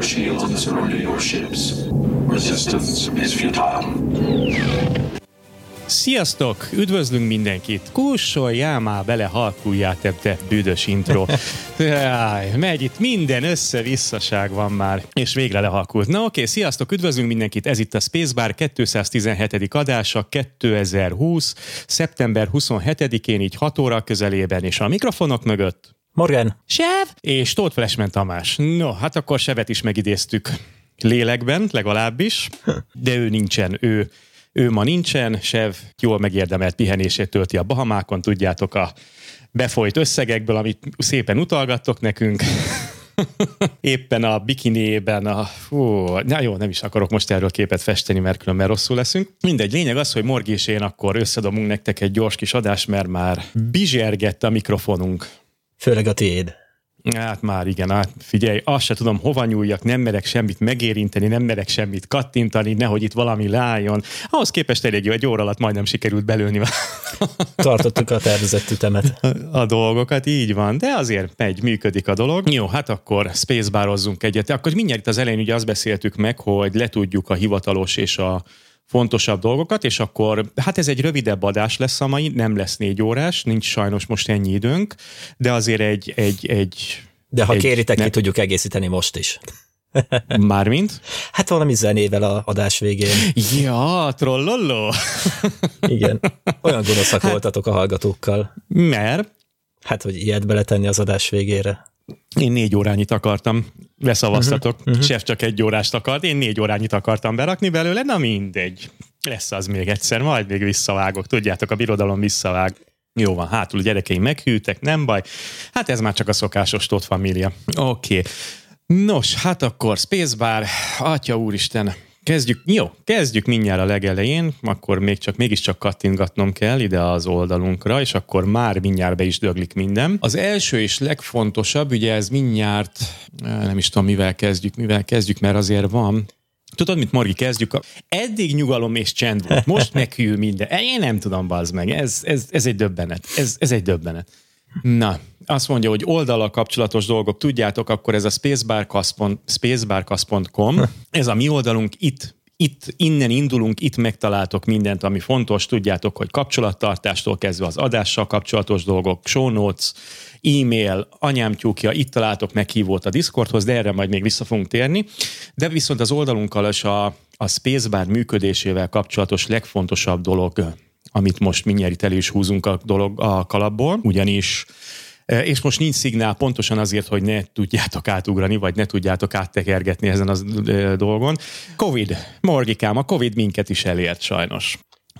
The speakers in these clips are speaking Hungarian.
shields and surrender your ships. Resistance is futile. Sziasztok! Üdvözlünk mindenkit! Kussoljál már bele, halkuljál te büdös intro. Megy itt minden össze-visszaság van már, és végre lehalkult. Na oké, sziasztok! Üdvözlünk mindenkit! Ez itt a Spacebar 217. adása 2020. szeptember 27-én, így 6 óra közelében, és a mikrofonok mögött Morgan, Sev és Tóth Flashman Tamás. No, hát akkor Sevet is megidéztük lélekben, legalábbis, de ő nincsen, ő ma nincsen, Sev jól megérdemelt pihenését tölti a Bahamákon, tudjátok, a befolyt összegekből, amit szépen utalgattok nekünk. Éppen a bikiniében, na jó, nem is akarok most erről képet festeni, mert különben rosszul leszünk. Mindegy, lényeg az, hogy Morgi és én akkor összedobunk nektek egy gyors kis adást, mert már bizsergett a mikrofonunk. főleg a tiéd. Hát már igen, figyelj, azt se tudom, hova nyúljak, nem merek semmit megérinteni, nem merek semmit kattintani, nehogy itt valami leálljon. Ahhoz képest elég jó, egy óra alatt majdnem sikerült belőni. Tartottuk a tervezett ütemet. A dolgokat, így van, de azért működik a dolog. Jó, hát akkor spacebarozzunk egyet. Akkor mindjárt itt az elején ugye azt beszéltük meg, hogy letudjuk a hivatalos és a fontosabb dolgokat, és akkor, hát ez egy rövidebb adás lesz a mai, nem lesz 4 órás, nincs sajnos most ennyi időnk, de azért egy de ha kéritek, ki tudjuk egészíteni most is. Mármint? Hát valami zenével a adás végén. Ja, trolloló. Igen, olyan gonoszak voltatok a hallgatókkal. Mert? Hát, hogy ilyet beletenni az adás végére. Én 4 órányit akartam, leszavaztatok, Sev csak 1 órást akart, én 4 órányit akartam berakni belőle, na mindegy. Lesz az még egyszer, majd még visszavágok, tudjátok, a birodalom visszavág. Jó van, hátul a gyerekeim meghűltek, nem baj. Hát ez már csak a szokásos Tóth família. Oké. Nos, hát akkor Spacebar, atya úristen, kezdjük mindjárt a legelején, akkor mégiscsak kattintgatnom kell ide az oldalunkra, és akkor már mindjárt be is döglik minden. Az első és legfontosabb, ugye ez mindjárt, nem is tudom mivel kezdjük, mert azért van. Tudod, mit Morgi, kezdjük? Eddig nyugalom és csend volt, most meghűl minden. Én nem tudom, bazd meg, ez egy döbbenet. Ez egy döbbenet. Na, azt mondja, hogy oldallal kapcsolatos dolgok, tudjátok, akkor ez a spacebarcast.com, ez a mi oldalunk, innen indulunk, itt megtaláltok mindent, ami fontos, tudjátok, hogy kapcsolattartástól kezdve az adással kapcsolatos dolgok, show notes, e-mail, anyámtyúkja, itt találtok meghívót a Discordhoz, de erre majd még vissza fogunk térni, de viszont az oldalunkkal is a Spacebar működésével kapcsolatos legfontosabb dolog, amit most mindjárt itt elő is húzunk a kalapból, ugyanis, és most nincs szignál pontosan azért, hogy ne tudjátok átugrani, vagy ne tudjátok áttekergetni ezen a dolgon. Covid, Morgikám, a Covid minket is elért sajnos.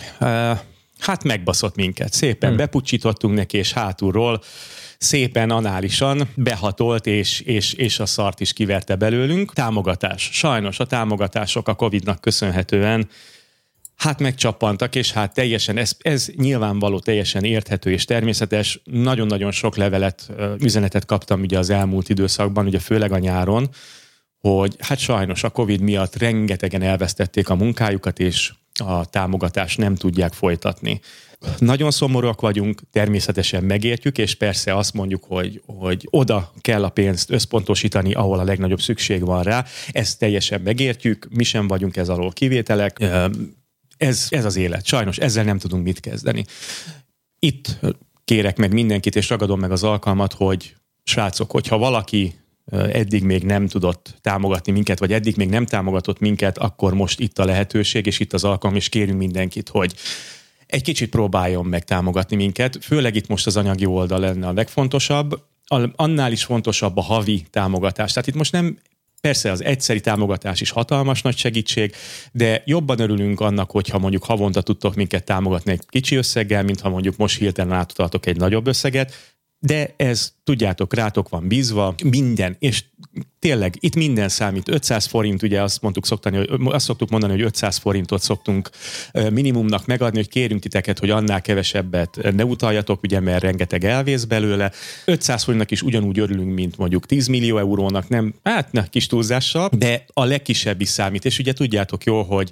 Hát megbaszott minket, szépen bepucsítottunk neki, és hátulról szépen análisan behatolt, és a szart is kiverte belőlünk. Támogatás. Sajnos a támogatások a Covidnak köszönhetően hát megcsappantak, és hát teljesen, ez nyilvánvaló, teljesen érthető és természetes. Nagyon-nagyon sok üzenetet kaptam ugye az elmúlt időszakban, ugye főleg a nyáron, hogy hát sajnos a Covid miatt rengetegen elvesztették a munkájukat, és a támogatást nem tudják folytatni. Nagyon szomorúak vagyunk, természetesen megértjük, és persze azt mondjuk, hogy oda kell a pénzt összpontosítani, ahol a legnagyobb szükség van rá. Ezt teljesen megértjük, mi sem vagyunk ez alól kivételek. Ez az élet. Sajnos ezzel nem tudunk mit kezdeni. Itt kérek meg mindenkit, és ragadom meg az alkalmat, hogy srácok, hogyha valaki eddig még nem tudott támogatni minket, vagy eddig még nem támogatott minket, akkor most itt a lehetőség, és itt az alkalom, és kérünk mindenkit, hogy egy kicsit próbáljon meg támogatni minket. Főleg itt most az anyagi oldal lenne a legfontosabb. Annál is fontosabb a havi támogatás. Tehát itt most nem, persze az egyszeri támogatás is hatalmas nagy segítség, de jobban örülünk annak, hogyha mondjuk havonta tudtok minket támogatni egy kicsi összeggel, mint ha mondjuk most hirtelen átutaltok egy nagyobb összeget, de ez, tudjátok, rátok van bízva, minden, és tényleg itt minden számít. 500 forint, ugye azt szoktuk mondani, hogy 500 forintot szoktunk minimumnak megadni, hogy kérünk titeket, hogy annál kevesebbet ne utaljatok, ugye, mert rengeteg elvész belőle. 500 forintnak is ugyanúgy örülünk, mint mondjuk 10 millió eurónak, nem, hát kis túlzással, de a legkisebb is számít, és ugye tudjátok jól, hogy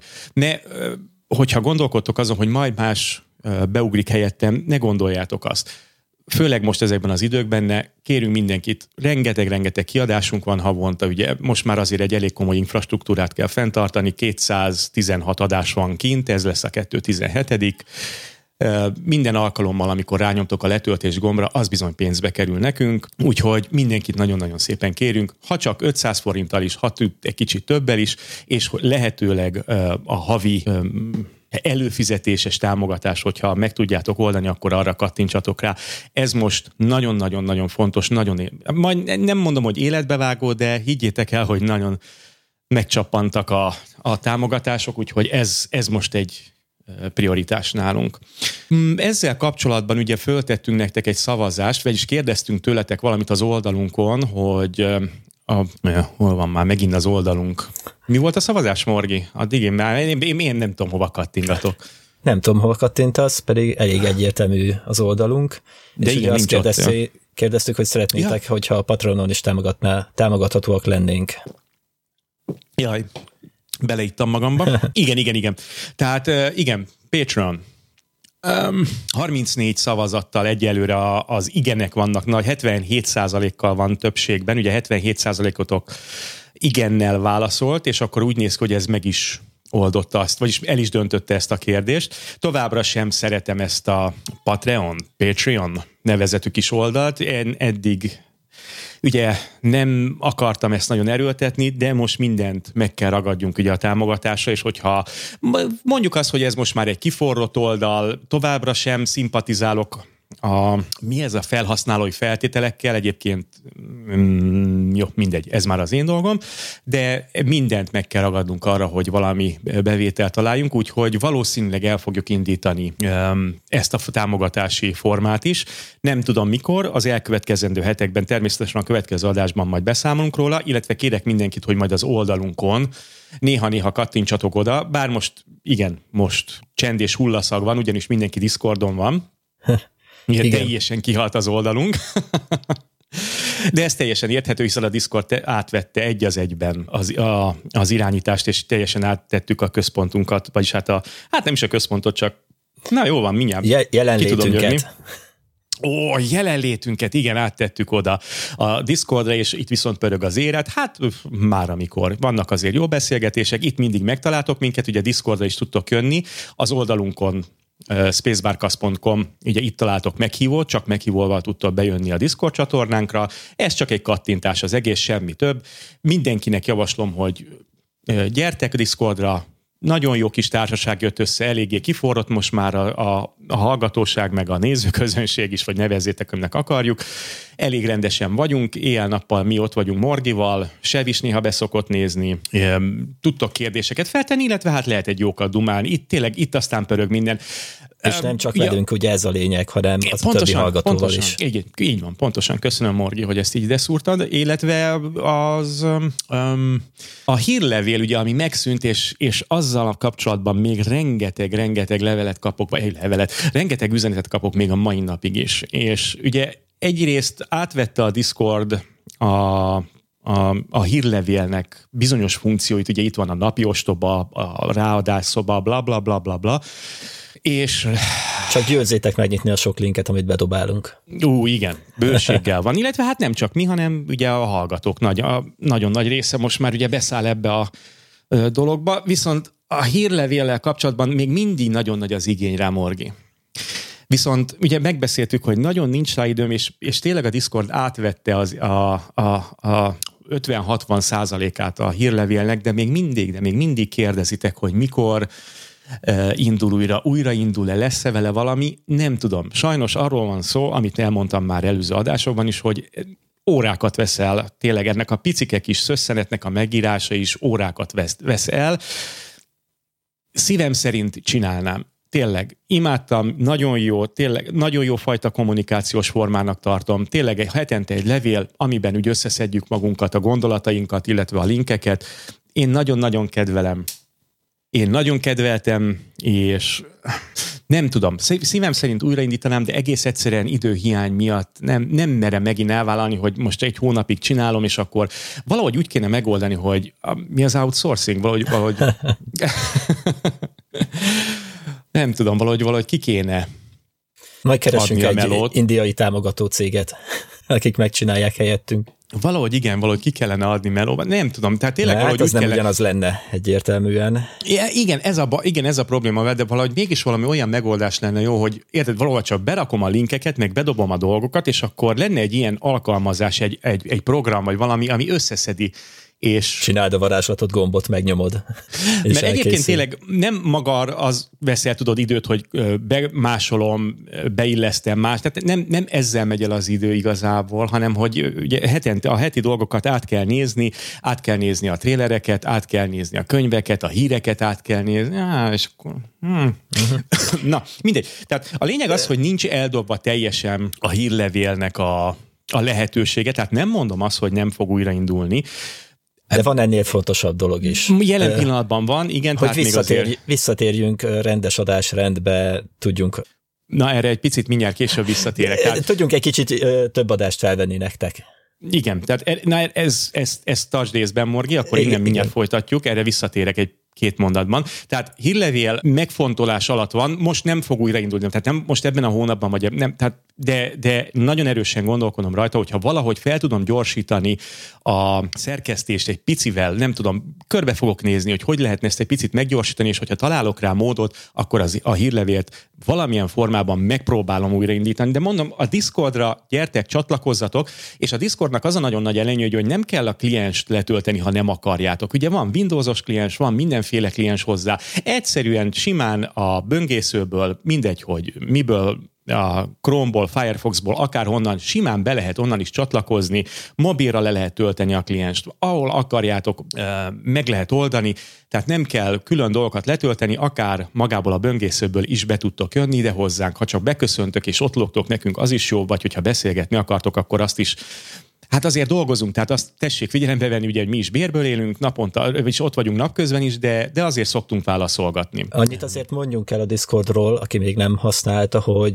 hogyha gondolkodtok azon, hogy majd más beugrik helyettem, ne gondoljátok azt. főleg most ezekben az időkben kérünk mindenkit, rengeteg kiadásunk van havonta, ugye most már azért egy elég komoly infrastruktúrát kell fenntartani, 216 adás van kint, ez lesz a 217. Minden alkalommal, amikor rányomtok a letöltés gombra, az bizony pénzbe kerül nekünk, úgyhogy mindenkit nagyon-nagyon szépen kérünk, ha csak 500 forinttal is, ha egy kicsit többel is, és lehetőleg a havi előfizetéses támogatás, hogyha meg tudjátok oldani, akkor arra kattintsatok rá. Ez most nagyon-nagyon-nagyon fontos, majd nem mondom, hogy életbevágó, de higgyétek el, hogy nagyon megcsappantak a támogatások, úgyhogy ez most egy prioritás nálunk. Ezzel kapcsolatban ugye föltettünk nektek egy szavazást, vagyis kérdeztünk tőletek valamit az oldalunkon, hogy hol van már megint az oldalunk? Mi volt a szavazás, Morgi? Addig én nem tudom, hova kattingatok. Nem tudom, hova kattintasz, pedig elég egyértelmű az oldalunk. De és igen, ugye azt kérdeztük, hogy szeretnétek, hogyha a Patronon is támogathatóak lennénk. Jaj, beleittam magamba. Igen. Tehát igen, Patreon. 34 szavazattal egyelőre az igenek vannak, nagy 77%-kal van többségben, ugye 77%-otok igennel válaszolt, és akkor úgy néz ki, hogy ez meg is oldotta azt, vagyis el is döntötte ezt a kérdést. Továbbra sem szeretem ezt a Patreon nevezetű kis oldalt. Én eddig ugye nem akartam ezt nagyon erőltetni, de most mindent meg kell ragadjunk ugye a támogatásra, és hogyha mondjuk azt, hogy ez most már egy kiforrott oldal, továbbra sem szimpatizálok mi ez a felhasználói feltételekkel, egyébként jó, mindegy, ez már az én dolgom, de mindent meg kell ragadnunk arra, hogy valami bevételt találjunk, úgyhogy valószínűleg el fogjuk indítani ezt a támogatási formát is. Nem tudom mikor, az elkövetkezendő hetekben, természetesen a következő adásban majd beszámolunk róla, illetve kérek mindenkit, hogy majd az oldalunkon néha-néha kattintsatok oda, bár most csend és hullaszag van, ugyanis mindenki Discordon van. Teljesen kihalt az oldalunk. De ez teljesen érthető, hiszen a Discord átvette egy az egyben az irányítást, és teljesen áttettük a központunkat, vagyis hát nem is a központot, csak na jó van, mindjárt jelenlétünket. Jelenlétünket, igen, áttettük oda a Discordra, és itt viszont pörög az élet. Hát már amikor. Vannak azért jó beszélgetések, itt mindig megtaláltok minket, ugye Discordra is tudtok jönni, az oldalunkon spacebarcast.com, ugye itt találtok meghívót, csak meghívóval tudtok bejönni a Discord csatornánkra, ez csak egy kattintás az egész, semmi több. Mindenkinek javaslom, hogy gyertek Discordra, nagyon jó kis társaság jött össze, eléggé kiforrott most már a hallgatóság, meg a nézőközönség is, vagy nevezzétek, önnek akarjuk. Elég rendesen vagyunk, éjjel-nappal mi ott vagyunk Morgival, Sev is néha beszokott nézni, tudtok kérdéseket feltenni, illetve hát lehet egy jókat dumálni. Itt aztán pörög minden. És nem csak velünk, ugye ez a lényeg, hanem az pontosan, a többi hallgatóval is. Így van, pontosan. Köszönöm, Morgi, hogy ezt így ide szúrtad. Illetve a hírlevél, ugye, ami megszűnt, és azzal a kapcsolatban még rengeteg levelet kapok, vagy rengeteg üzenetet kapok még a mai napig is. És ugye egyrészt átvette a Discord a hírlevélnek bizonyos funkcióit, ugye itt van a napi ostoba, a ráadásszoba, bla bla bla bla bla, és... Csak győzzétek megnyitni a sok linket, amit bedobálunk. Igen, bőséggel van. Illetve hát nem csak mi, hanem ugye a hallgatók nagyon nagy része most már ugye beszáll ebbe a dologba, viszont a hírlevéllel kapcsolatban még mindig nagyon nagy az igény rá, Morgi. Viszont ugye megbeszéltük, hogy nagyon nincs rá időm, és tényleg a Discord átvette a 50-60%-át a hírlevélnek, de még mindig kérdezitek, hogy mikor indul újraindul-e, lesz-e vele valami, nem tudom. Sajnos arról van szó, amit elmondtam már előző adásokban is, hogy órákat vesz el, tényleg ennek a picike kis szösszenetnek a megírása is órákat vesz el. Szívem szerint csinálnám. Tényleg, imádtam, nagyon jó fajta kommunikációs formának tartom. Tényleg hetente egy levél, amiben úgy összeszedjük magunkat, a gondolatainkat, illetve a linkeket. Én nagyon-nagyon kedvelem. Én nagyon kedveltem, és nem tudom, szívem szerint újraindítanám, de egész egyszerűen időhiány miatt nem merem megint elvállalni, hogy most egy hónapig csinálom, és akkor valahogy úgy kéne megoldani, hogy mi az outsourcing? Valahogy nem tudom, valahogy ki kéne. Majd keresünk egy indiai támogató céget, akik megcsinálják helyettünk. Valahogy igen, valahogy ki kellene adni melóban. Nem tudom, tehát tényleg valahogy az nem ugyanaz lenne egyértelműen. Igen, ez a probléma, de valahogy mégis valami olyan megoldás lenne jó, hogy érted, valahogy csak berakom a linkeket, meg bedobom a dolgokat, és akkor lenne egy ilyen alkalmazás, egy program, vagy valami, ami összeszedi. És csináld a varázslatot, gombot megnyomod. Mert egyébként tényleg nem maga az vesz el, tudod, időt, hogy bemásolom, beillesztem más, tehát nem ezzel megy el az idő igazából, hanem hogy ugye hetente a heti dolgokat át kell nézni a trélereket, át kell nézni a könyveket, a híreket át kell nézni, és akkor... Na, mindegy. Tehát a lényeg az, hogy nincs eldobva teljesen a hírlevélnek a lehetősége, tehát nem mondom azt, hogy nem fog újraindulni. De van ennél fontosabb dolog is. Jelen pillanatban van, igen. Hogy visszatérjünk rendes adásrendbe, tudjunk... Na, erre egy picit mindjárt később visszatérek. Tehát... Tudjunk egy kicsit több adást felvenni nektek. Igen, tehát ezt tartsd észben, Morgi, akkor innen mindjárt folytatjuk, erre visszatérek egy-két mondatban. Tehát hírlevél megfontolás alatt van, most nem fog újraindulni, tehát nem most ebben a hónapban, vagy nem, tehát de nagyon erősen gondolkodom rajta, hogyha valahogy fel tudom gyorsítani a szerkesztést egy picivel, nem tudom, körbe fogok nézni, hogy lehetne ezt egy picit meggyorsítani, és hogyha találok rá módot, akkor a hírlevélt valamilyen formában megpróbálom újraindítani. De mondom, a Discordra gyertek, csatlakozzatok, és a Discordnak az a nagyon nagy előnye, hogy nem kell a klienst letölteni, ha nem akarjátok. Ugye van Windowsos kliens, van mindenféle kliens hozzá. Egyszerűen simán a böngészőből, mindegy, hogy miből, a Chrome-ból, Firefox-ból, akárhonnan simán be lehet onnan is csatlakozni, mobilra le lehet tölteni a klienst, ahol akarjátok, meg lehet oldani, tehát nem kell külön dolgokat letölteni, akár magából a böngészőből is be tudtok jönni ide hozzánk, ha csak beköszöntök és ott logtok nekünk, az is jó, vagy hogyha beszélgetni akartok, akkor azt is. Hát azért dolgozunk, tehát azt tessék figyelembe venni, ugye, hogy mi is bérből élünk naponta, és ott vagyunk napközben is, de azért szoktunk válaszolgatni. Annyit azért mondjunk el a Discordról, aki még nem használta, hogy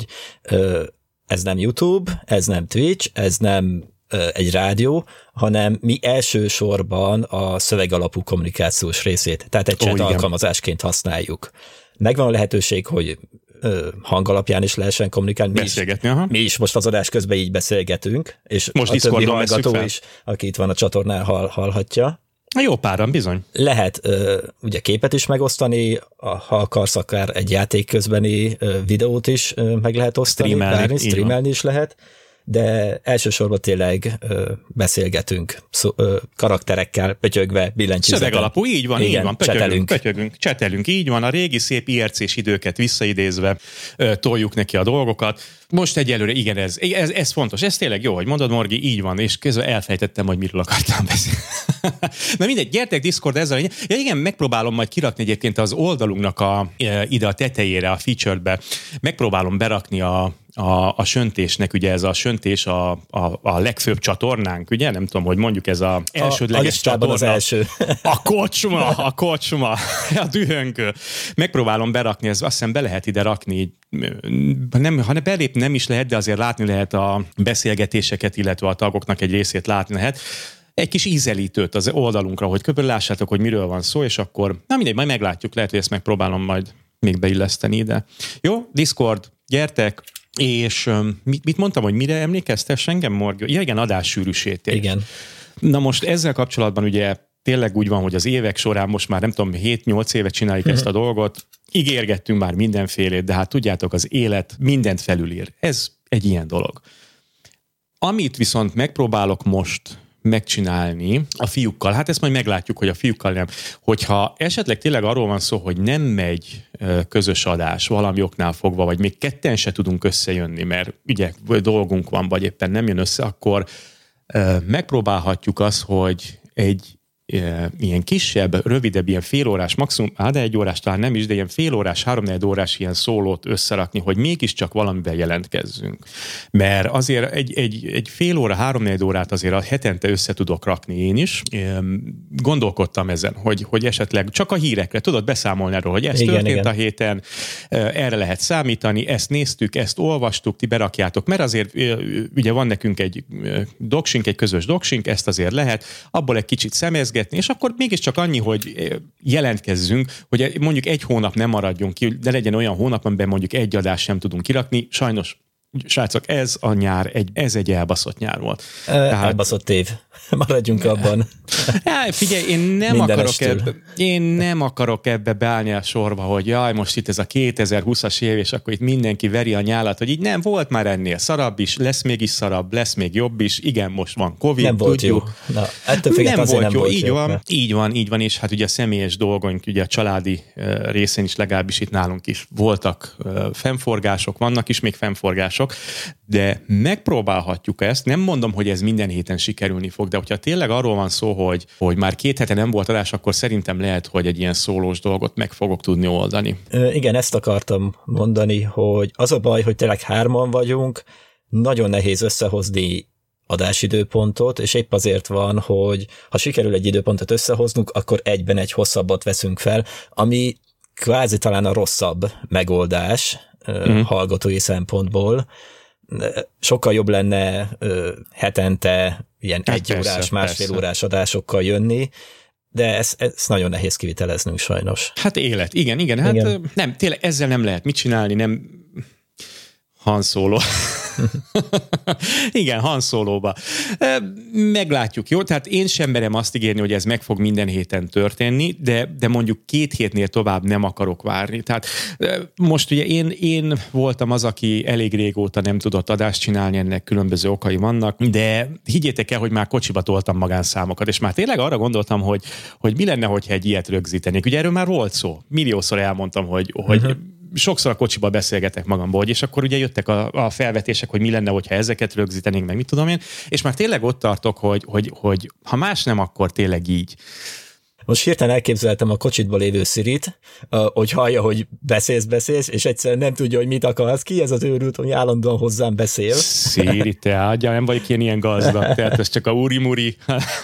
ez nem YouTube, ez nem Twitch, ez nem egy rádió, hanem mi elsősorban a szövegalapú kommunikációs részét, tehát egy chat alkalmazásként használjuk. Megvan a lehetőség, hogy hang alapján is lehessen kommunikálni. Mi is most az adás közben így beszélgetünk, és most a többi hallgató is, aki itt van a csatornán hallhatja. Jó páran, bizony. Lehet ugye képet is megosztani, ha akarsz, akár egy játék közbeni videót is meg lehet osztani, streamelni is lehet, de elsősorban tényleg beszélgetünk karakterekkel, pötyögve, billentyűzeten. Szöveg alapú, így van, csetelünk, így van, a régi szép IRC-s időket visszaidézve toljuk neki a dolgokat. Most egyelőre igen, ez fontos, ez tényleg jó, hogy mondod, Morgi, így van, és közben elfejtettem, hogy miről akartam beszélni. Na mindegy, gyertek Discord ezzel. Ja igen, megpróbálom majd kirakni egyébként az oldalunknak ide a tetejére, a feature-be. Megpróbálom berakni a söntésnek, ugye ez a söntés a legfőbb csatornánk, ugye? Nem tudom, hogy mondjuk ez az elsődleges csatorna. Az első. A kocsma, a dühöngő. Megpróbálom berakni, azt hiszem be lehet ide rakni, hanem belépni nem is lehet, de azért látni lehet a beszélgetéseket, illetve a tagoknak egy részét látni lehet. Egy kis ízelítőt az oldalunkra, hogy körülbelül lássátok, hogy miről van szó, és akkor, na mindegy, majd meglátjuk, lehet, hogy ezt megpróbálom majd még beilleszteni ide. Jó, Discord, gyertek, és mit mondtam, hogy mire emlékeztes engem, Morgi? Ja igen, adássűrűség. Igen. Na most ezzel kapcsolatban ugye tényleg úgy van, hogy az évek során most már nem tudom, 7-8 évet csináljuk ezt a dolgot, ígérgettünk már mindenfélét, de hát tudjátok, az élet mindent felülír. Ez egy ilyen dolog. Amit viszont megpróbálok most megcsinálni a fiúkkal, hát ezt majd meglátjuk, hogy a fiúkkal nem. Hogyha esetleg tényleg arról van szó, hogy nem megy közös adás valami oknál fogva, vagy még ketten se tudunk összejönni, mert ugye dolgunk van, vagy éppen nem jön össze, akkor megpróbálhatjuk azt, hogy egy ilyen kisebb, rövidebb, ilyen félórás, maximum, de egy órás talán nem is, de ilyen félórás, 3-4 órás ilyen szólót összerakni, hogy mégiscsak valamivel jelentkezzünk. Mert azért egy fél óra, 3-4 órát azért a hetente össze tudok rakni én is. Gondolkodtam ezen, hogy esetleg csak a hírekre tudod beszámolni erről, hogy ez történt a héten, erre lehet számítani, ezt néztük, ezt olvastuk, ti berakjátok, mert azért ugye van nekünk egy docsink, egy közös docsink, ezt azért lehet, abból egy kicsit szemezgetni, nézgetni, és akkor mégiscsak annyi, hogy jelentkezzünk, hogy mondjuk egy hónap nem maradjon ki, de legyen olyan hónap, amiben mondjuk egy adást sem tudunk kirakni. Sajnos, srácok, ez a nyár, ez egy elbaszott nyár volt. Elbaszott év. Maradjunk abban. Figyelj, én nem akarok ebbe beállni a sorba, hogy jaj, most itt ez a 2020-as év, és akkor itt mindenki veri a nyálat, hogy így nem, volt már ennél szarabb is, lesz még is szarabb, lesz még jobb is, igen, most van Covid, nem volt tudjuk. Jó. Na, ettől nem volt jó. Így van, és hát ugye a személyes dolgunk, ugye a családi részén is, legalábbis itt nálunk is voltak fennforgások, vannak is még fennforgások, de megpróbálhatjuk ezt, nem mondom, hogy ez minden héten sikerülni fog, de hogyha tényleg arról van szó, hogy már 2 hete nem volt adás, akkor szerintem lehet, hogy egy ilyen szólós dolgot meg fogok tudni oldani. Igen, ezt akartam mondani, hogy az a baj, hogy tényleg 3-an vagyunk, nagyon nehéz összehozni adásidőpontot, és épp azért van, hogy ha sikerül egy időpontot összehoznunk, akkor egyben egy hosszabbat veszünk fel, ami kvázi talán a rosszabb megoldás hallgatói szempontból. Sokkal jobb lenne hetente ilyen órás, másfél órás adásokkal jönni, de ezt nagyon nehéz kiviteleznünk sajnos. Hát élet, igen. Hát igen. Nem, tényleg ezzel nem lehet mit csinálni, nem Han Solo. Igen, Han Solo-ba. Meglátjuk, jó? Tehát én sem merem azt ígérni, hogy ez meg fog minden héten történni, de mondjuk 2 hétnél tovább nem akarok várni. Tehát most ugye én voltam az, aki elég régóta nem tudott adást csinálni, ennek különböző okai vannak, de higgyétek el, hogy már kocsiba toltam magánszámokat, és már tényleg arra gondoltam, hogy mi lenne, hogyha egy ilyet rögzítenék. Ugye erről már volt szó. Milliószor elmondtam, hogy sokszor a kocsiba beszélgetek magamból, és akkor ugye jöttek a felvetések, hogy mi lenne, hogyha ezeket rögzítenénk, meg mit tudom én, és már tényleg ott tartok, hogy ha más nem, akkor tényleg így. Most hirtelen elképzeltem a kocsitban lévő Sirit, hogy hallja, hogy beszélsz, és egyszerűen nem tudja, hogy mit akarsz. Ki ez az őrült, hogy állandóan hozzám beszél? Siri, te adja, nem vagyok ilyen gazdag, tehát ez csak a úri-muri.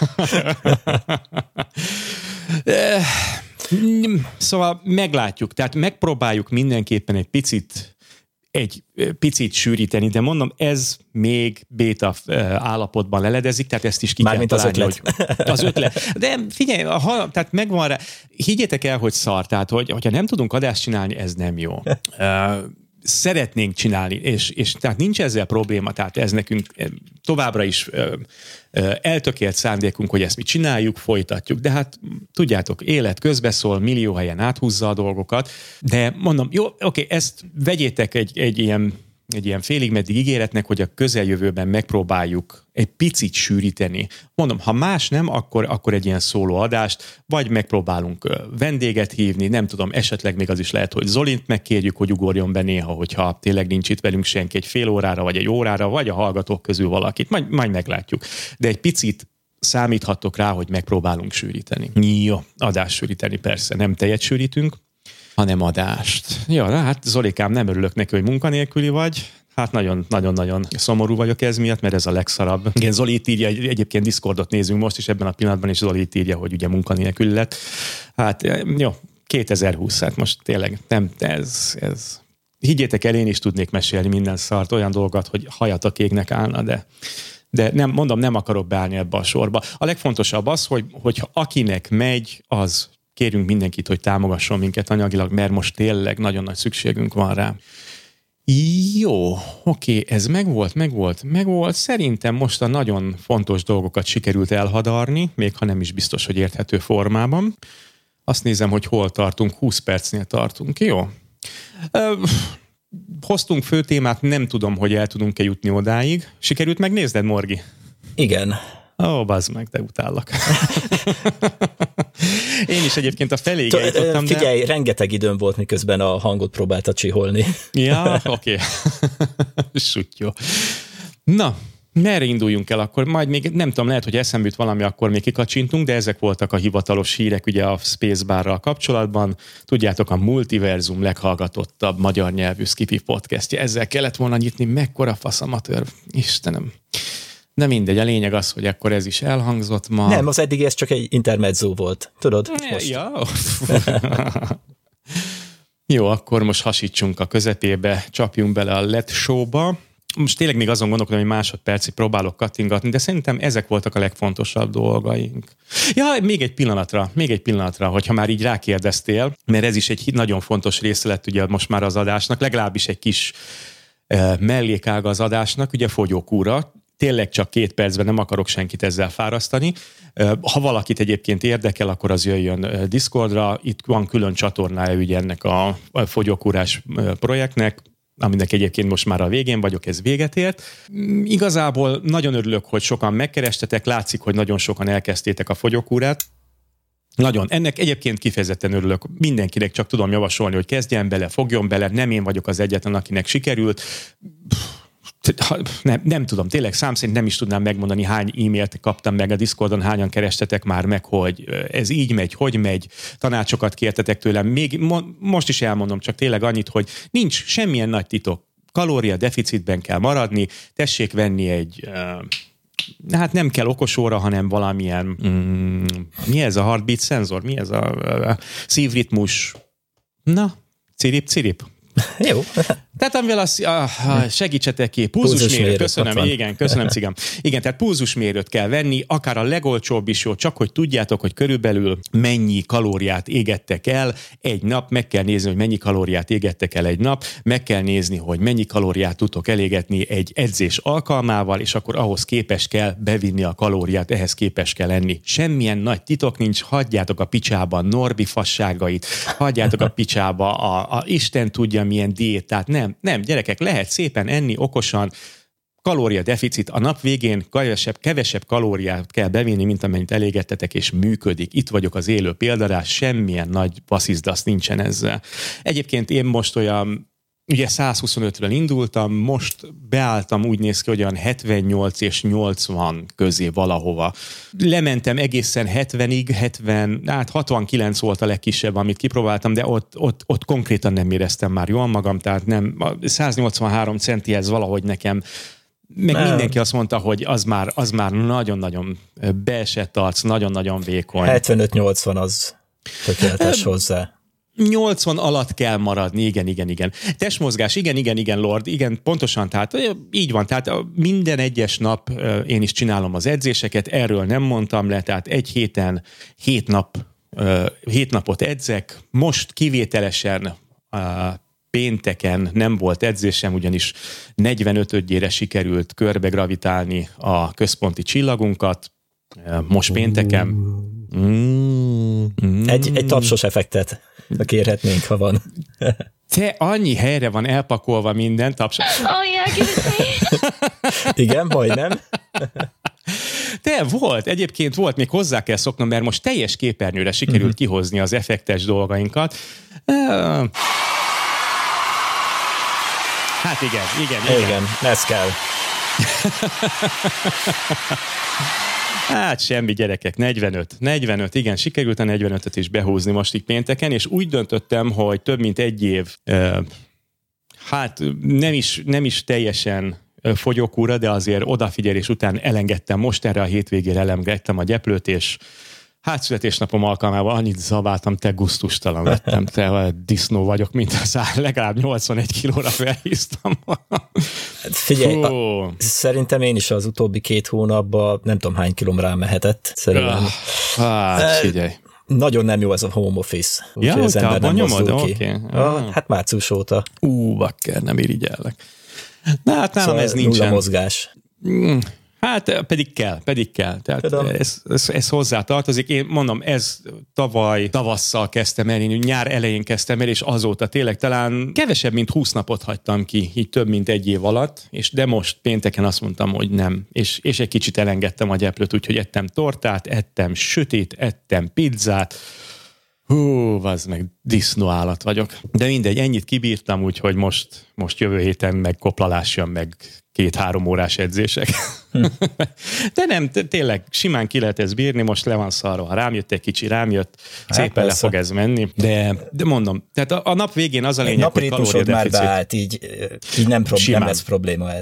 Szóval meglátjuk, tehát megpróbáljuk mindenképpen egy picit sűríteni, de mondom, ez még béta állapotban leledezik, tehát ezt is ki kell találni, hogy az ötlet. De figyelj, tehát megvan rá, higgyétek el, hogy szar, tehát hogyha nem tudunk adást csinálni, ez nem jó. Szeretnénk csinálni, és tehát nincs ezzel probléma, tehát ez nekünk továbbra is eltökélt szándékunk, hogy ezt mi csináljuk, folytatjuk, de hát tudjátok, élet közbeszól, millió helyen áthúzza a dolgokat, de mondom, jó, oké, ezt vegyétek egy ilyen félig-meddig ígéretnek, hogy a közeljövőben megpróbáljuk egy picit sűríteni. Mondom, ha más nem, akkor egy ilyen szóló adást, vagy megpróbálunk vendéget hívni, nem tudom, esetleg még az is lehet, hogy Zolint megkérjük, hogy ugorjon be néha, hogyha tényleg nincs itt velünk senki egy fél órára, vagy egy órára, vagy a hallgatók közül valakit. Majd meglátjuk. De egy picit számíthattok rá, hogy megpróbálunk sűríteni. Jó, adást sűríteni persze, nem tejet sűrítünk, hanem adást. Ja, hát Zolikám, nem örülök neki, hogy munkanélküli vagy. Hát nagyon-nagyon szomorú vagyok ez miatt, mert ez a legszarabb. Igen, Zoli itt írja, egyébként Discordot nézünk most is ebben a pillanatban, és Zoli itt írja, hogy ugye munkanélküli lett. Hát jó, 2020, hát most tényleg nem, ez. Higgyétek el, én is tudnék mesélni minden szart, olyan dolgot, hogy hajat a égnek állna, de nem, mondom, nem akarok beállni ebbe a sorba. A legfontosabb az, hogy akinek megy, az kérünk mindenkit, hogy támogasson minket anyagilag, mert most tényleg nagyon nagy szükségünk van rá. Jó, oké, ez megvolt. Szerintem most a nagyon fontos dolgokat sikerült elhadarni, még ha nem is biztos, hogy érthető formában. Azt nézem, hogy hol tartunk, 20 percnél tartunk. Jó. Hoztunk főtémát, nem tudom, hogy el tudunk-e jutni odáig. Sikerült megnézned, Morgi? Igen. Ó, bazd meg, de utállak. Én is egyébként a feléig eljutottam, de... Figyelj, rengeteg időm volt, miközben a hangot próbálta csiholni. Ja, oké. Süttyó. Na, merre induljunk el akkor? Majd még nem tudom, lehet, hogy eszembe jut valami, akkor még kikacsintunk, de ezek voltak a hivatalos hírek ugye a Spacebarral kapcsolatban. Tudjátok, a Multiverzum leghallgatottabb magyar nyelvű skifi podcastja. Ezzel kellett volna nyitni, mekkora faszamatőr. Istenem. De mindegy, a lényeg az, hogy akkor ez is elhangzott ma. Nem, az eddig ez csak egy intermezzo volt, tudod? Most. Ja. Jó, akkor most hasítsunk a közepébe, csapjunk bele a Let Show-ba. most tényleg még azon gondolkodom, hogy másodpercig próbálok kattingatni, de szerintem ezek voltak a legfontosabb dolgaink. Ja, még egy pillanatra, hogyha már így rákérdeztél, mert ez is egy nagyon fontos része lett ugye most már az adásnak, legalábbis egy kis mellékága az adásnak, ugye fogyókúra. Tényleg csak 2 percben, nem akarok senkit ezzel fárasztani. Ha valakit egyébként érdekel, akkor az jöjjön Discordra. Itt van külön csatornája ugye ennek a fogyókúrás projektnek, aminek egyébként most már a végén vagyok, ez véget ért. Igazából nagyon örülök, hogy sokan megkerestetek, látszik, hogy nagyon sokan elkezdtétek a fogyókúrát. Nagyon. Ennek egyébként kifejezetten örülök. Mindenkinek csak tudom javasolni, hogy kezdjen bele, fogjon bele. Nem én vagyok az egyetlen, akinek sikerült. Nem tudom, tényleg szám szerint nem is tudnám megmondani, hány e-mailt kaptam meg a Discordon, hányan kerestetek már meg, hogy ez így megy, hogy megy, tanácsokat kértetek tőlem. Még most is elmondom csak tényleg annyit, hogy nincs semmilyen nagy titok. Kalória deficitben kell maradni, tessék venni egy... Hát nem kell okosóra, hanem valamilyen... mi ez a heartbeat szenzor? Mi ez a szívritmus? Na, cirip. Jó. Tehát amivel segítsetek ki, pulzusmérőt, köszönöm cigám. Igen, tehát pulzusmérőt kell venni, akár a legolcsóbb is jó, csak hogy tudjátok, hogy körülbelül mennyi kalóriát égettek el egy nap, meg kell nézni, hogy mennyi kalóriát égettek el egy nap, meg kell nézni, hogy mennyi kalóriát tudtok elégetni egy edzés alkalmával, és akkor ahhoz képes kell bevinni a kalóriát, ehhez képes kell enni. Semmilyen nagy titok nincs, hagyjátok a picsába a Norbi fasságait, hagyjátok a picsába a Isten tudja milyen diétát, nem, gyerekek, lehet szépen enni okosan, kalóriadeficit, a nap végén kevesebb kalóriát kell bevinni, mint amennyit elégettetek, és működik. Itt vagyok az élő példarás, semmilyen nagy baszizdasz nincsen ezzel. Egyébként én most olyan, ugye 125-ről indultam, most beálltam, úgy néz ki, hogy olyan 78 és 80 közé valahova. Lementem egészen 70-ig, 69 volt a legkisebb, amit kipróbáltam, de ott konkrétan nem éreztem már jól magam, tehát nem, 183 centihez valahogy nekem, meg mindenki azt mondta, hogy az már nagyon-nagyon beesett arc, nagyon-nagyon vékony. 75-80 az tökéletes hozzá. 80 alatt kell maradni, igen. Testmozgás, igen, Lord, igen, pontosan, tehát így van, tehát minden egyes nap én is csinálom az edzéseket, erről nem mondtam le, tehát egy héten 7 napot edzek, most kivételesen pénteken nem volt edzésem, ugyanis 45-ére sikerült körbegravitálni a központi csillagunkat, most pénteken. Egy tapsos effektet kérhetnénk, ha van. Te, annyi helyre van elpakolva minden tapsos. Oh yeah, give it me. Igen, majdnem. De egyébként volt, még hozzá kell szoknom, mert most teljes képernyőre sikerült kihozni az effektes dolgainkat. Hát igen. Ez kell. Hát semmi, gyerekek, 45, igen, sikerült a 45-öt is behúzni most így pénteken, és úgy döntöttem, hogy több mint egy év, hát nem is teljesen fogyókúra, de azért odafigyelés után elengedtem, most erre a hétvégére elengedtem a gyeplőt, és hát születésnapom alkalmával annyit zabáltam, te gusztustalan lettem, te disznó vagyok, mint a szár, legalább 81 kilóra felhíztam. Figyelj, szerintem én is az utóbbi 2 hónapban nem tudom hány kilóm rámehetett. Szerintem. Hát figyelj. Nagyon nem jó ez a home office. Ja, az ember nem mozdul ki. Okay. Hát március óta. Bakker, nem irigyellek. Na, hát nálam szóval ez nincsen. Nulla mozgás. Hát pedig kell. Tehát ez hozzá tartozik. Én mondom, ez tavaly tavasszal kezdtem el, én nyár elején kezdtem el, és azóta tényleg talán kevesebb, mint 20 napot hagytam ki, így több, mint egy év alatt, de most pénteken azt mondtam, hogy nem. És egy kicsit elengedtem a gyeplőt, úgyhogy ettem tortát, ettem sütit, ettem pizzát. Vazd meg, disznóállat vagyok. De mindegy, ennyit kibírtam, úgyhogy most jövő héten meg koplalás jön, meg 2-3 órás edzések. De nem, tényleg simán ki lehet ezt bírni, most le van szarva. Ha rám jött egy kicsi, szépen persze. Le fog ez menni. De mondom, tehát a nap végén az a lényeg, hogy kalóriadeficit. már beállt, így nem lesz probléma ez.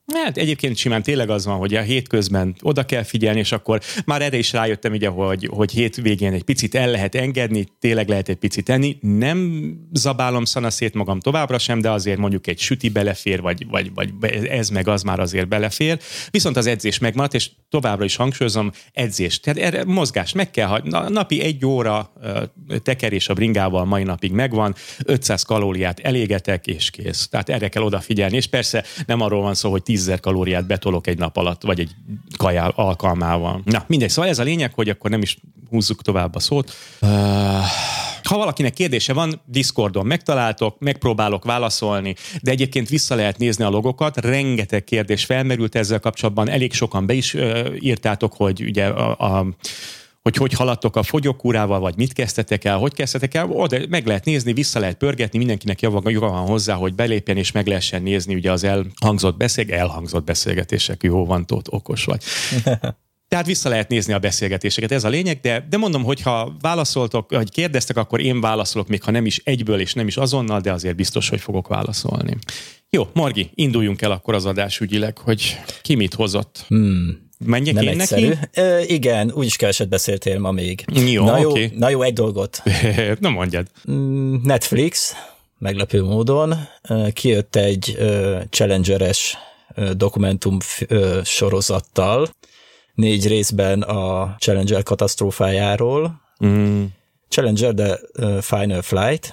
Hát egyébként simán tényleg az van, hogy a hétközben oda kell figyelni, és akkor már erre is rájöttem, ugye, hogy hétvégén egy picit el lehet engedni, tényleg lehet egy picit enni. Nem zabálom szanaszét magam továbbra sem, de azért mondjuk egy süti belefér, vagy ez meg az már azért belefér. Viszont az edzés megmaradt, és továbbra is hangsúlyozom, edzés. Tehát erre mozgás meg kell hagyni. Napi 1 óra tekerés a bringával mai napig megvan, 500 kalóriát elégetek, és kész. Tehát erre kell odafigyelni, és persze nem arról van szó, hogy 10 000 kalóriát betolok egy nap alatt, vagy egy kajál alkalmával. Na, mindegy, szóval ez a lényeg, hogy akkor nem is húzzuk tovább a szót. Ha valakinek kérdése van, Discordon megtaláltok, megpróbálok válaszolni, de egyébként vissza lehet nézni a logokat, rengeteg kérdés felmerült ezzel kapcsolatban, elég sokan be is írtátok, hogy ugye hogy haladtok a fogyókúrával, vagy mit kezdtetek el, hogy kezdtetek el, oda meg lehet nézni, vissza lehet pörgetni, mindenkinek joga van hozzá, hogy belépjen, és meg lehessen nézni ugye az elhangzott beszélgetések, jó van, Tóth, okos vagy. Tehát vissza lehet nézni a beszélgetéseket, ez a lényeg, de mondom, hogy ha válaszoltok, vagy kérdeztek, akkor én válaszolok, még ha nem is egyből, és nem is azonnal, de azért biztos, hogy fogok válaszolni. Jó, Margi, induljunk el akkor az adásügyileg, hogy ki mit hozott. Menjek nem én egyszerű. neki? Igen, úgyis keveset beszéltél ma még. Jó, oké. Na jó, egy dolgot. Na mondjad. Netflix, meglepő módon, kijött egy Challenger-es dokumentum sorozattal, 4 részben a Challenger katasztrófájáról. Challenger The Final Flight.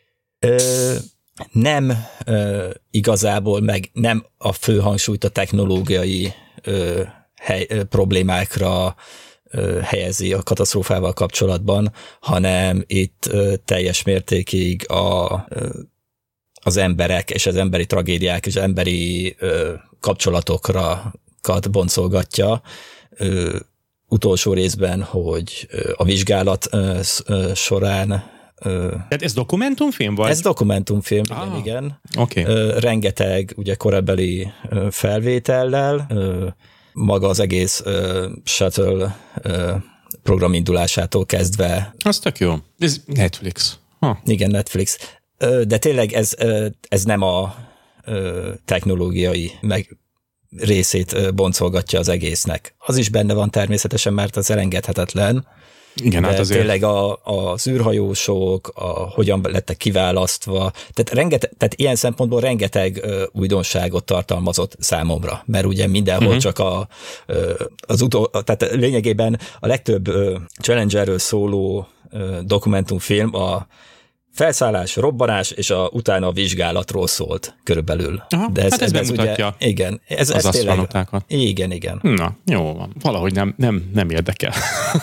Nem igazából, meg nem a fő hangsúlyt a technológiai problémákra helyezi a katasztrófával kapcsolatban, hanem itt teljes mértékig az emberek és az emberi tragédiák és az emberi kapcsolatokra boncolgatja. Utolsó részben, hogy a vizsgálat során... Tehát ez dokumentumfilm vagy? Ez dokumentumfilm, igen. Okay. Rengeteg ugye korabeli felvétellel, maga az egész Shuttle programindulásától kezdve. Az tök jó. Ez Netflix. Igen, Netflix. De tényleg ez nem a technológiai részét boncolgatja az egésznek. Az is benne van természetesen, mert az elengedhetetlen. Igen, hát azért. Tényleg az űrhajósok, hogyan lettek kiválasztva, tehát ilyen szempontból rengeteg újdonságot tartalmazott számomra, mert ugye mindenhol csak tehát lényegében a legtöbb Challengerről szóló dokumentumfilm a felszállás, robbanás, és utána a vizsgálatról szólt körülbelül. Aha, de ez bemutatja ugye, igen, ez asztronautákat. Igen. Na, jó van. Valahogy nem érdekel.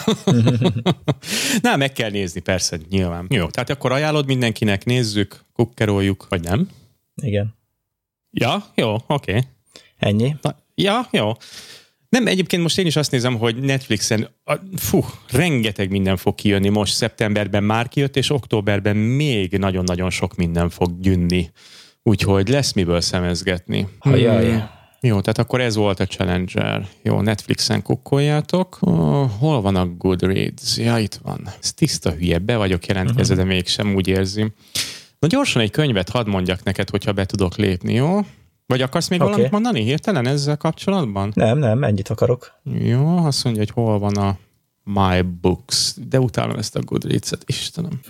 Na, meg kell nézni, persze, nyilván. Jó, tehát akkor ajánlod mindenkinek, nézzük, kukkeroljuk, vagy nem? Igen. Ja, jó, oké. Ennyi? Ja, jó. Nem, egyébként most én is azt nézem, hogy Netflixen rengeteg minden fog kijönni. Most szeptemberben már kijött, és októberben még nagyon-nagyon sok minden fog gyűnni. Úgyhogy lesz miből szemezgetni. Jó, tehát akkor ez volt a Challenger. Jó, Netflixen kukkoljátok. Hol van a Goodreads? Ja, itt van. Ez tiszta hülye, be vagyok jelentkezve, de mégsem úgy érzem. Na gyorsan egy könyvet hadd mondjak neked, hogyha be tudok lépni, jó? Vagy akarsz még valamit mondani hirtelen ezzel kapcsolatban? Nem, ennyit akarok. Jó, azt mondja, hogy hol van a My Books, de utálom ezt a Goodreads-et, Istenem.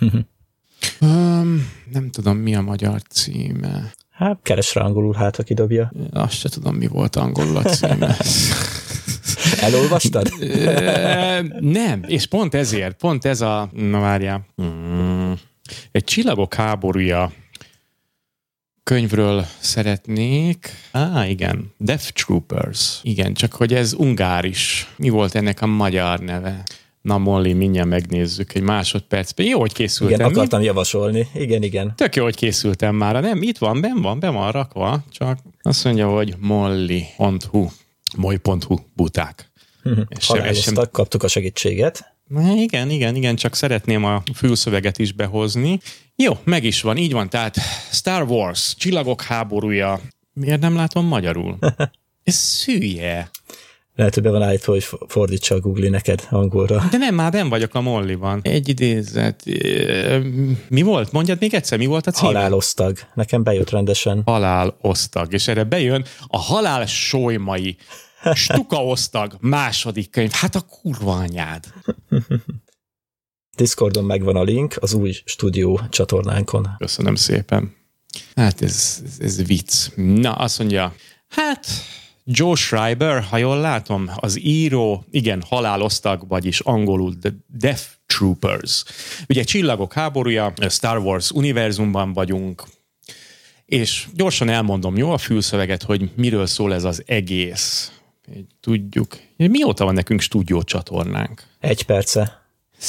Nem tudom, mi a magyar címe. Hát, keres rá angolul, ha kidobja. Azt se tudom, mi volt angolul a címe. Elolvastad? Nem, és pont ez a... Na várjál. Egy Csillagok háborúja könyvről szeretnék. Igen. Death Troopers. Igen, csak hogy ez ungáris. Mi volt ennek a magyar neve? Na, Molly, mindjárt megnézzük egy másodpercben. Jó, hogy készültem. Igen, akartam javasolni. Igen. Tök jó, hogy készültem már. Nem, itt van, be van rakva. Csak azt mondja, hogy molly.hu. moly.hu buták. Haláloztak, kaptuk a segítséget. Igen, csak szeretném a fülszöveget is behozni. Jó, meg is van, így van, tehát Star Wars, Csillagok háborúja. Miért nem látom magyarul? Ez szülye. Lehet, hogy be van állítva, hogy fordítsa a Google neked angolra. De nem, már benn vagyok a Molliban. Egy idézet. Mi volt? Mondjad még egyszer, mi volt a cím? Halálosztag. Nekem bejött rendesen. Halálosztag. És erre bejön a halál solymai stukaosztag második könyv. Hát a kurva anyád. Discordon megvan a link az új stúdió csatornánkon. Köszönöm szépen. Hát ez vicc. Na, azt mondja, hát Joe Schreiber, ha jól látom, az író, igen, halálosztag, vagyis angolul The Death Troopers. Ugye Csillagok háborúja, Star Wars univerzumban vagyunk, és gyorsan elmondom, jó, a fülszöveget, hogy miről szól ez az egész. Tudjuk. Mióta van nekünk stúdiócsatornánk? 1 perce.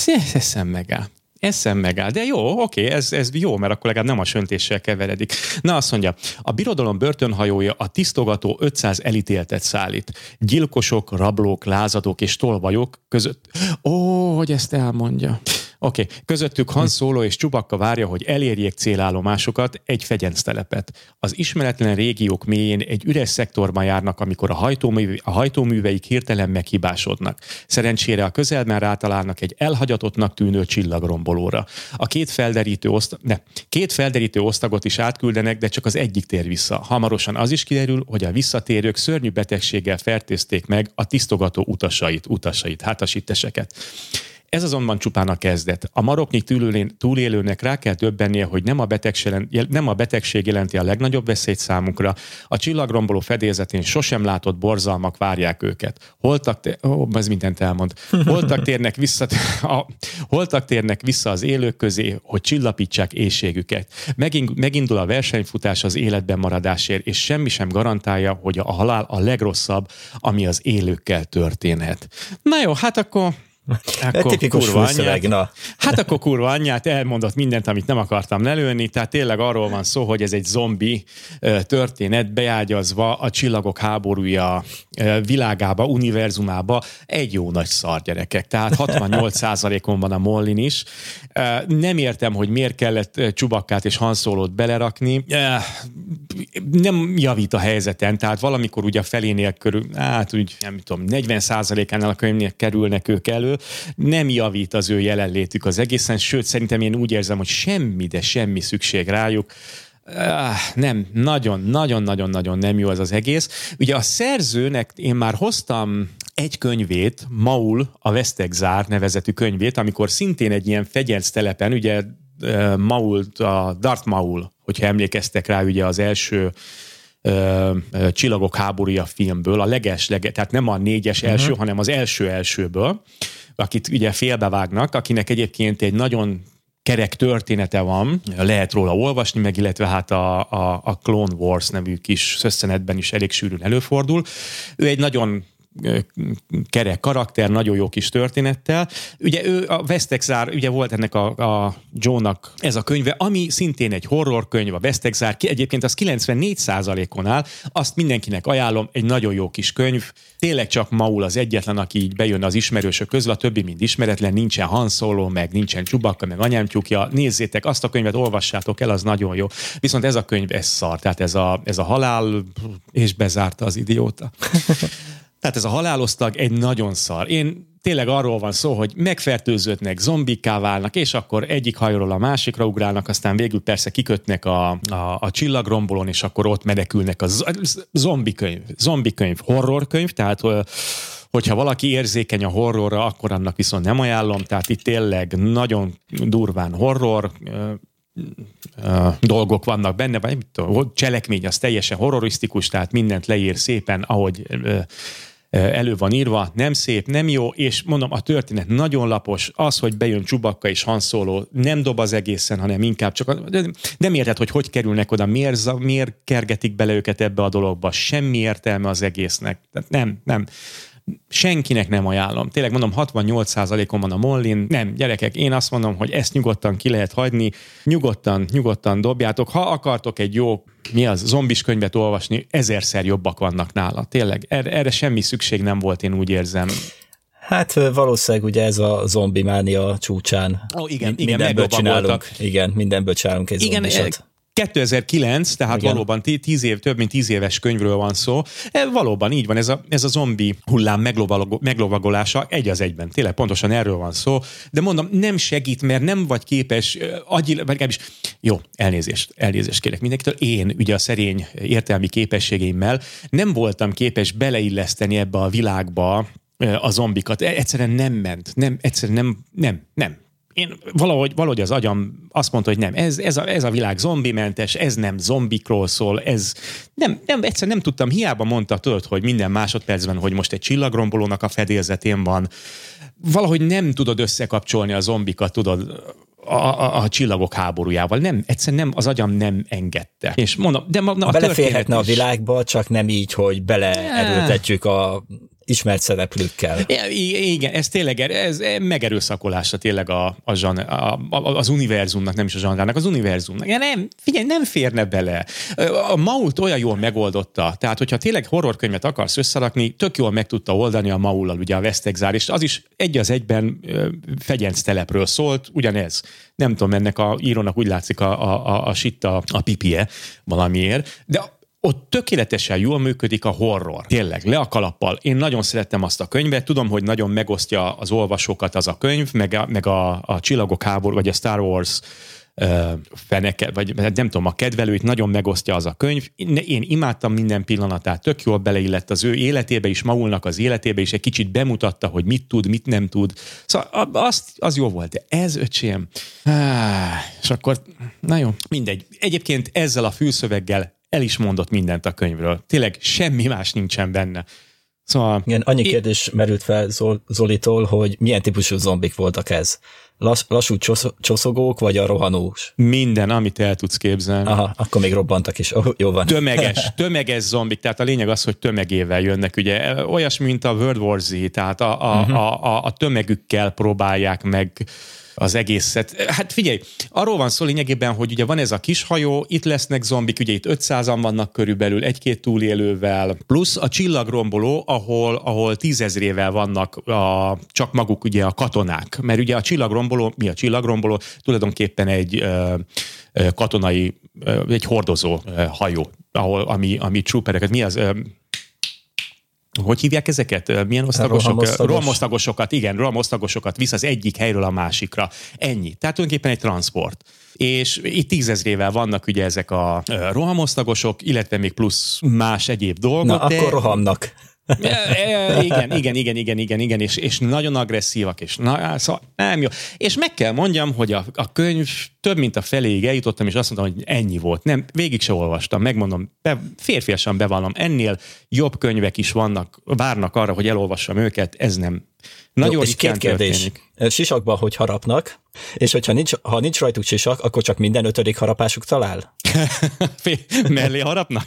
Eszem megáll. De jó, oké, ez jó, mert akkor legalább nem a söntéssel keveredik. Na, azt mondja, a birodalom börtönhajója a tisztogató 500 elítéltet szállít. Gyilkosok, rablók, lázadók és tolvajok között... hogy ezt elmondja. Oké. Közöttük Han Solo és Chewbacca várja, hogy elérjék célállomásokat, egy fegyenctelepet. Az ismeretlen régiók mélyén egy üres szektorban járnak, amikor a hajtóműveik hirtelen meghibásodnak. Szerencsére a közelben rátalálnak egy elhagyatottnak tűnő csillagrombolóra. A két felderítő osztagot is átküldenek, de csak az egyik tér vissza. Hamarosan az is kiderül, hogy a visszatérők szörnyű betegséggel fertőzték meg a tisztogató utasait, hát a sitteseket. Ez azonban csupán a kezdet. A maroknyi túlélőnek rá kell döbbennie, hogy nem a betegség jelenti a legnagyobb veszélyt számukra. A csillagromboló fedélzetén sosem látott borzalmak várják őket. Ez mindent elmond. Holtak térnek vissza az élők közé, hogy csillapítsák éhségüket. Megindul a versenyfutás az életben maradásért, és semmi sem garantálja, hogy a halál a legrosszabb, ami az élőkkel történhet. Na jó, hát akkor tipikus fülszöveg, na. Hát akkor kurva anyját, elmondott mindent, amit nem akartam lelőni, tehát tényleg arról van szó, hogy ez egy zombi történet, beágyazva a Csillagok háborúja világába, univerzumába, egy jó nagy szar, gyerekek. Tehát 68%-on van a Mollin is. Nem értem, hogy miért kellett Chewbaccát és Han Solót belerakni. Nem javít a helyzeten, tehát valamikor ugye a felénél körül, hát úgy, nem tudom, 40%-ánál a könyvnél kerülnek ők elő, nem javít az ő jelenlétük az egészen, sőt, szerintem én úgy érzem, hogy semmi, de semmi szükség rájuk. Nem, nagyon-nagyon nem jó ez az egész. Ugye a szerzőnek én már hoztam egy könyvét, Maul, a Vesztegzár nevezetű könyvét, amikor szintén egy ilyen fegyenctelepen, ugye Maul, a Darth Maul, hogyha emlékeztek rá, ugye az első Csillagok háborúja filmből, tehát nem a 4-es első, hanem az elsőből, akit ugye félbevágnak, akinek egyébként egy nagyon kerek története van, lehet róla olvasni, meg illetve hát a Clone Wars nevű kis szösszenetben is elég sűrűn előfordul. Ő egy nagyon kerek karakter, nagyon jó kis történettel. Ugye ő a Vesztegzár, ugye volt ennek a Joe-nak ez a könyve, ami szintén egy horrorkönyv, a Vesztegzár, egyébként az 94%-on áll, azt mindenkinek ajánlom, egy nagyon jó kis könyv. Tényleg csak Maul az egyetlen, aki így bejön az ismerősök közül, a többi mind ismeretlen, nincsen Han Solo, meg nincsen Chewbacca, meg anyám tyúkja. Nézzétek, azt a könyvet olvassátok el, az nagyon jó. Viszont ez a könyv, ez szar, tehát ez a halál, és bezárta az idióta. Tehát ez a halálosztag egy nagyon szar. Én tényleg arról van szó, hogy megfertőződnek, zombikká válnak, és akkor egyik hajóról a másikra ugrálnak, aztán végül persze kikötnek a csillagrombolón, és akkor ott menekülnek a zombikönyv, horrorkönyv, tehát hogyha valaki érzékeny a horrorra, akkor annak viszont nem ajánlom, tehát itt tényleg nagyon durván horror, dolgok vannak benne, vagy cselekmény az teljesen horrorisztikus, tehát mindent leír szépen, ahogy elő van írva, nem szép, nem jó, és mondom, a történet nagyon lapos, az, hogy bejön Chewbacca és Han Solo, nem dob az egészen, hanem inkább csak, nem érted, hogy kerülnek oda, miért kergetik bele őket ebbe a dologba, semmi értelme az egésznek, tehát nem. Senkinek nem ajánlom. Tényleg mondom, 68%-on van a Mollin. Nem, gyerekek, én azt mondom, hogy ezt nyugodtan ki lehet hagyni. Nyugodtan dobjátok. Ha akartok egy jó, zombis könyvet olvasni, 1000-szer jobbak vannak nála. Tényleg, erre semmi szükség nem volt, én úgy érzem. Hát valószínűleg ugye ez a zombimánia csúcsán. Igen, mindenből csinálunk. Igen, mindenből csinálunk egy zombisat. 2009, tehát igen. Valóban 10 év, több mint 10 éves könyvről van szó. Valóban így van, ez a zombi hullám meglovagolása egy az egyben. Tényleg pontosan erről van szó, de mondom, nem segít, mert nem vagy képes agyilag, vagy legalábbis, jó, elnézést kérek mindenkitől. Én ugye a szerény értelmi képességeimmel nem voltam képes beleilleszteni ebbe a világba a zombikat. Egyszerűen nem ment. Nem. Én valahogy az agyam azt mondta, hogy nem, ez a világ zombimentes, ez nem zombikról szól, ez egyszerűen nem tudtam, hiába mondta, tudod, hogy minden másodpercben, hogy most egy csillagrombolónak a fedélzetén van. Valahogy nem tudod összekapcsolni a zombikat, tudod, a csillagok háborújával. Nem, egyszerűen nem, az agyam nem engedte. És mondom, de beleférhetne a világba, csak nem így, hogy beleerőltetjük a ismert szereplőkkel. Igen, ez tényleg ez megerőszakolása tényleg az univerzumnak, nem is a zsanrának, az univerzumnak. Nem, figyelj, nem férne bele. A Mault olyan jól megoldotta, tehát hogyha tényleg horrorkönyvet akarsz összerakni, tök jól meg tudta oldani a Maullal, ugye a West Exile, és az is egy az egyben Fegyenc telepről szólt, ugyanez. Nem tudom, ennek a írónak úgy látszik a sitta, a pipie valamiért, de ott tökéletesen jól működik a horror. Tényleg, le a kalappal. Én nagyon szerettem azt a könyvet, tudom, hogy nagyon megosztja az olvasókat az a könyv, meg a Csillagok háború, vagy a Star Wars feneke, vagy nem tudom, a kedvelőit nagyon megosztja az a könyv. Én imádtam minden pillanatát, tök jól beleillett az ő életébe is, Maulnak az életébe is, egy kicsit bemutatta, hogy mit tud, mit nem tud. Szóval az jó volt, de ez, öcsém. És akkor, na jó, mindegy. Egyébként ezzel a fülszöveggel el is mondott mindent a könyvről. Tényleg semmi más nincsen benne. Szóval... Igen, annyi kérdés merült fel Zolitól, hogy milyen típusú zombik voltak ez? Lassú csoszogók, vagy a rohanós? Minden, amit el tudsz képzelni. Aha, akkor még robbantak is. Jó van. Tömeges zombik, tehát a lényeg az, hogy tömegével jönnek. Ugye olyasmi, mint a World War Z, tehát a tömegükkel próbálják meg az egészet. Hát figyelj, arról van szó lényegében, hogy ugye van ez a kis hajó, itt lesznek zombik, ugye itt 500-an vannak körülbelül, 1-2 túlélővel, plusz a csillagromboló, ahol 10 000-ével vannak csak maguk ugye a katonák. Mert ugye a csillagromboló, mi a csillagromboló? Tulajdonképpen egy katonai, egy hordozó hajó, ami troopereket, mi az... Hogy hívják ezeket? Milyen osztagosok? Rohamosztagosokat, igen, rohamosztagosokat visz az egyik helyről a másikra. Ennyi. Tehát tulajdonképpen egy transport. És itt 10 000-ével vannak ugye ezek a rohamosztagosok, illetve még plusz más egyéb dolgok. Na, akkor rohamnak. Igen, és nagyon agresszívak, és szóval nem jó. És meg kell mondjam, hogy a könyv több mint a feléig eljutottam, és azt mondtam, hogy ennyi volt. Nem, végig se olvastam, megmondom, férfiasan bevallom, ennél jobb könyvek is várnak arra, hogy elolvassam őket, ez nem. Nagyon és két kérdés. Történik. Sisakban hogy harapnak, és ha nincs rajtuk sisak, akkor csak minden 5. harapásuk talál? Mellé harapnak?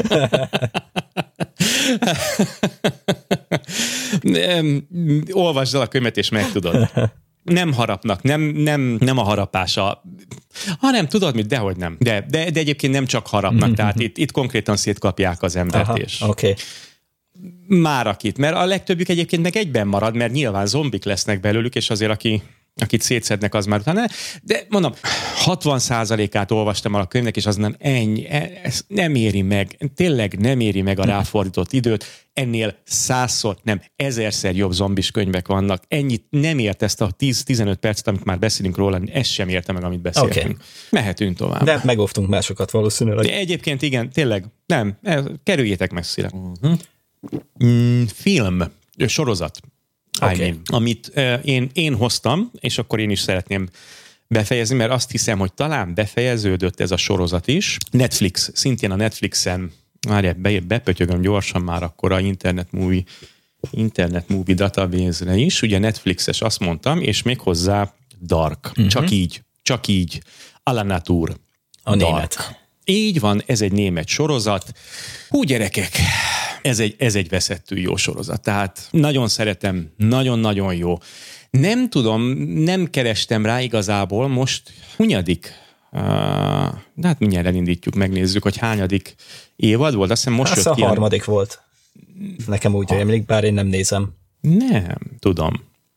Olvasd el a könyvet, és megtudod. Nem harapnak, nem a harapása, hanem tudod mit, dehogy nem. De egyébként nem csak harapnak, tehát itt konkrétan szétkapják az embert. Oké. Már akit, mert a legtöbbjük egyébként meg egyben marad, mert nyilván zombik lesznek belőlük, és azért akit szétszednek, az már utána. De mondom, 60%-át olvastam el a könyvnek, és az nem ennyi, ez nem éri meg, tényleg nem éri meg a ráfordított időt, ennél 100-szor, nem 1000-szer jobb zombis könyvek vannak, ennyit nem ért ezt a 10-15 percet, amit már beszélünk róla, ezt sem érte meg, amit beszéltünk. Okay. Mehetünk tovább. De megóvtunk másokat valószínűleg. De egyébként igen, tényleg, nem, kerüljétek messzire. Film, sorozat. Okay. Amit én hoztam, és akkor én is szeretném befejezni, mert azt hiszem, hogy talán befejeződött ez a sorozat is. Netflix, szintén a Netflixen, várjál, bepötyögöm gyorsan már akkor a Internet Movie Database-re is. Ugye Netflixes, azt mondtam, és még hozzá Dark. Csak így. A la Nature. A Dark. Német. Így van, ez egy német sorozat. Hú, gyerekek, ez egy veszettül jó sorozat. Tehát nagyon szeretem, nagyon-nagyon jó. Nem tudom, nem kerestem rá igazából, most hunyadik? De hát mindjárt elindítjuk, megnézzük, hogy hányadik évad volt. Azt hiszem most jött ki. A harmadik volt. Nekem úgy emlék, bár én nem nézem. Nem, tudom.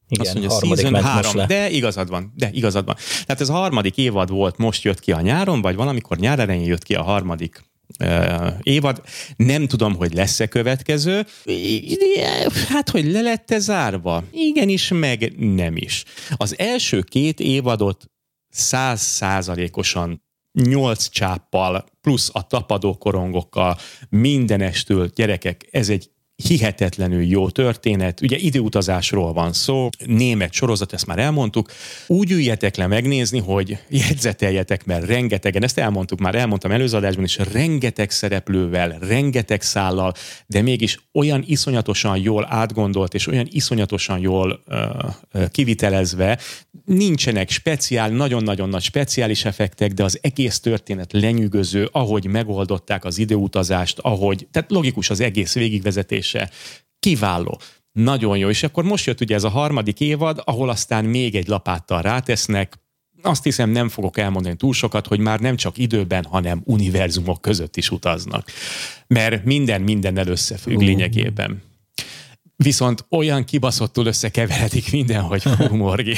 Igen, azt mondja, harmadik season ment most 3, le. de igazad van. Tehát ez a harmadik évad volt, most jött ki a nyáron, vagy valamikor nyár elején jött ki a harmadik évad. Nem tudom, hogy lesz-e következő. Hát, hogy le lett-e zárva? Igenis, meg nem is. Az első 2 évadot 100%-osan 8 csáppal, plusz a tapadó korongokkal, mindenestől, gyerekek, ez egy hihetetlenül jó történet. Ugye időutazásról van szó, német sorozat, ezt már elmondtuk. Úgy üljetek le megnézni, hogy jegyzeteljetek, mert rengetegen, ezt elmondtam előző adásban is, rengeteg szereplővel, rengeteg szállal, de mégis olyan iszonyatosan jól átgondolt, és olyan iszonyatosan jól kivitelezve, nincsenek nagyon-nagyon nagy speciális effektek, de az egész történet lenyűgöző, ahogy megoldották az időutazást, tehát logikus az egész végigvezetés, kiváló. Nagyon jó. És akkor most jött ugye ez a harmadik évad, ahol aztán még egy lapáttal rátesznek. Azt hiszem, nem fogok elmondani túl sokat, hogy már nem csak időben, hanem univerzumok között is utaznak. Mert mindennel összefügg lényegében. Viszont olyan kibaszottul összekeveredik minden, hogy hú, Morgi.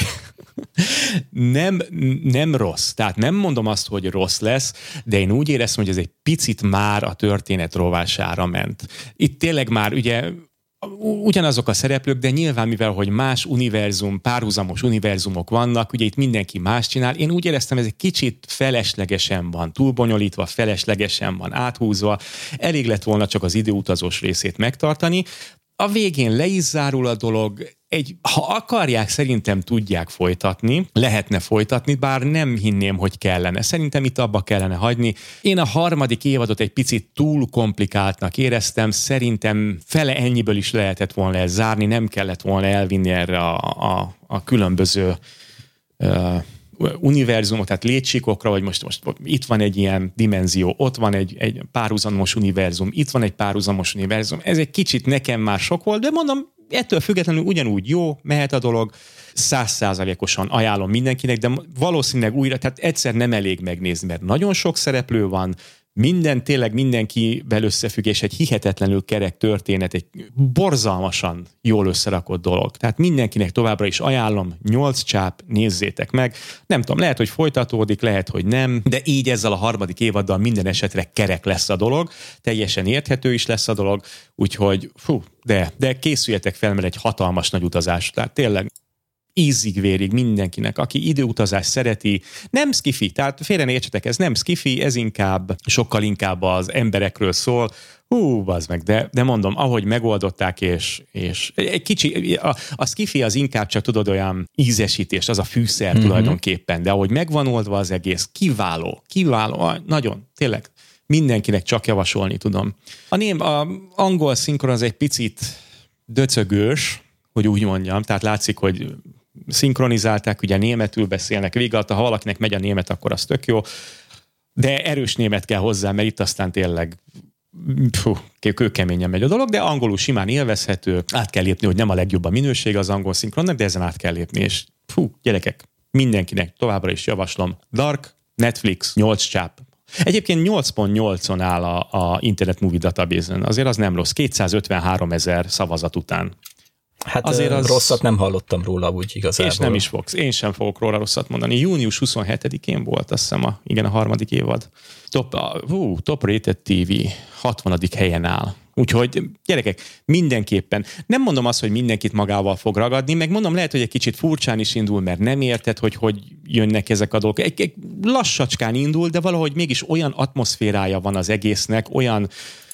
Nem rossz. Tehát nem mondom azt, hogy rossz lesz, de én úgy éreztem, hogy ez egy picit már a történet rovására ment. Itt tényleg már ugye ugyanazok a szereplők, de nyilván mivel, hogy más univerzum, párhuzamos univerzumok vannak, ugye itt mindenki más csinál. Én úgy éreztem, ez egy kicsit feleslegesen van túlbonyolítva, feleslegesen van áthúzva. Elég lett volna csak az időutazós részét megtartani. A végén le is zárul a dolog, ha akarják, szerintem tudják folytatni, lehetne folytatni, bár nem hinném, hogy kellene. Szerintem itt abba kellene hagyni. Én a harmadik évadot egy picit túl komplikáltnak éreztem, szerintem fele ennyiből is lehetett volna ezt zárni, nem kellett volna elvinni erre a különböző univerzumot, tehát létsikokra, vagy most itt van egy ilyen dimenzió, ott van egy párhuzamos univerzum, itt van egy párhuzamos univerzum. Ez egy kicsit nekem már sok volt, de mondom, ettől függetlenül ugyanúgy jó, mehet a dolog, 100%-osan ajánlom mindenkinek, de valószínűleg újra, tehát egyszer nem elég megnézni, mert nagyon sok szereplő van, tényleg mindenkivel összefügg, és egy hihetetlenül kerek történet, egy borzalmasan jól összerakott dolog. Tehát mindenkinek továbbra is ajánlom, 8 csáp, nézzétek meg. Nem tudom, lehet, hogy folytatódik, lehet, hogy nem, de így ezzel a harmadik évaddal minden esetre kerek lesz a dolog, teljesen érthető is lesz a dolog, úgyhogy de készüljetek fel, mert egy hatalmas nagy utazás. Tehát tényleg ízig-vérig mindenkinek, aki időutazás szereti, nem skifi, tehát félre ne értsetek, ez nem skifi, ez sokkal inkább az emberekről szól, bazd meg, de mondom, ahogy megoldották, és egy kicsi, a skifi az inkább csak tudod olyan ízesítés, az a fűszer tulajdonképpen, de ahogy megvan oldva az egész, kiváló, nagyon, tényleg, mindenkinek csak javasolni tudom. A angol szinkron az egy picit döcögős, hogy úgy mondjam, tehát látszik, hogy szinkronizálták, ugye németül beszélnek végig, ha valakinek megy a német, akkor az tök jó, de erős német kell hozzá, mert itt aztán tényleg kőkeményen megy a dolog, de angolul simán élvezhető, át kell lépni, hogy nem a legjobb a minőség az angol szinkronnak, de ezen át kell lépni, és gyerekek, mindenkinek továbbra is javaslom. Dark, Netflix, 8 csáp. Egyébként 8.8-on áll a Internet Movie Database-en, azért az nem rossz, 253 000 szavazat után. Hát azért rosszat nem hallottam róla úgy igazából. És nem is fogsz. Én sem fogok róla rosszat mondani. Június 27-én volt, azt hiszem, a harmadik évad. Top Rated TV 60. helyen áll. Úgyhogy gyerekek, mindenképpen. Nem mondom azt, hogy mindenkit magával fog ragadni, meg mondom, lehet, hogy egy kicsit furcsán is indul, mert nem érted, hogy jönnek ezek a dolgok. Egy lassacskán indul, de valahogy mégis olyan atmoszférája van az egésznek, olyan...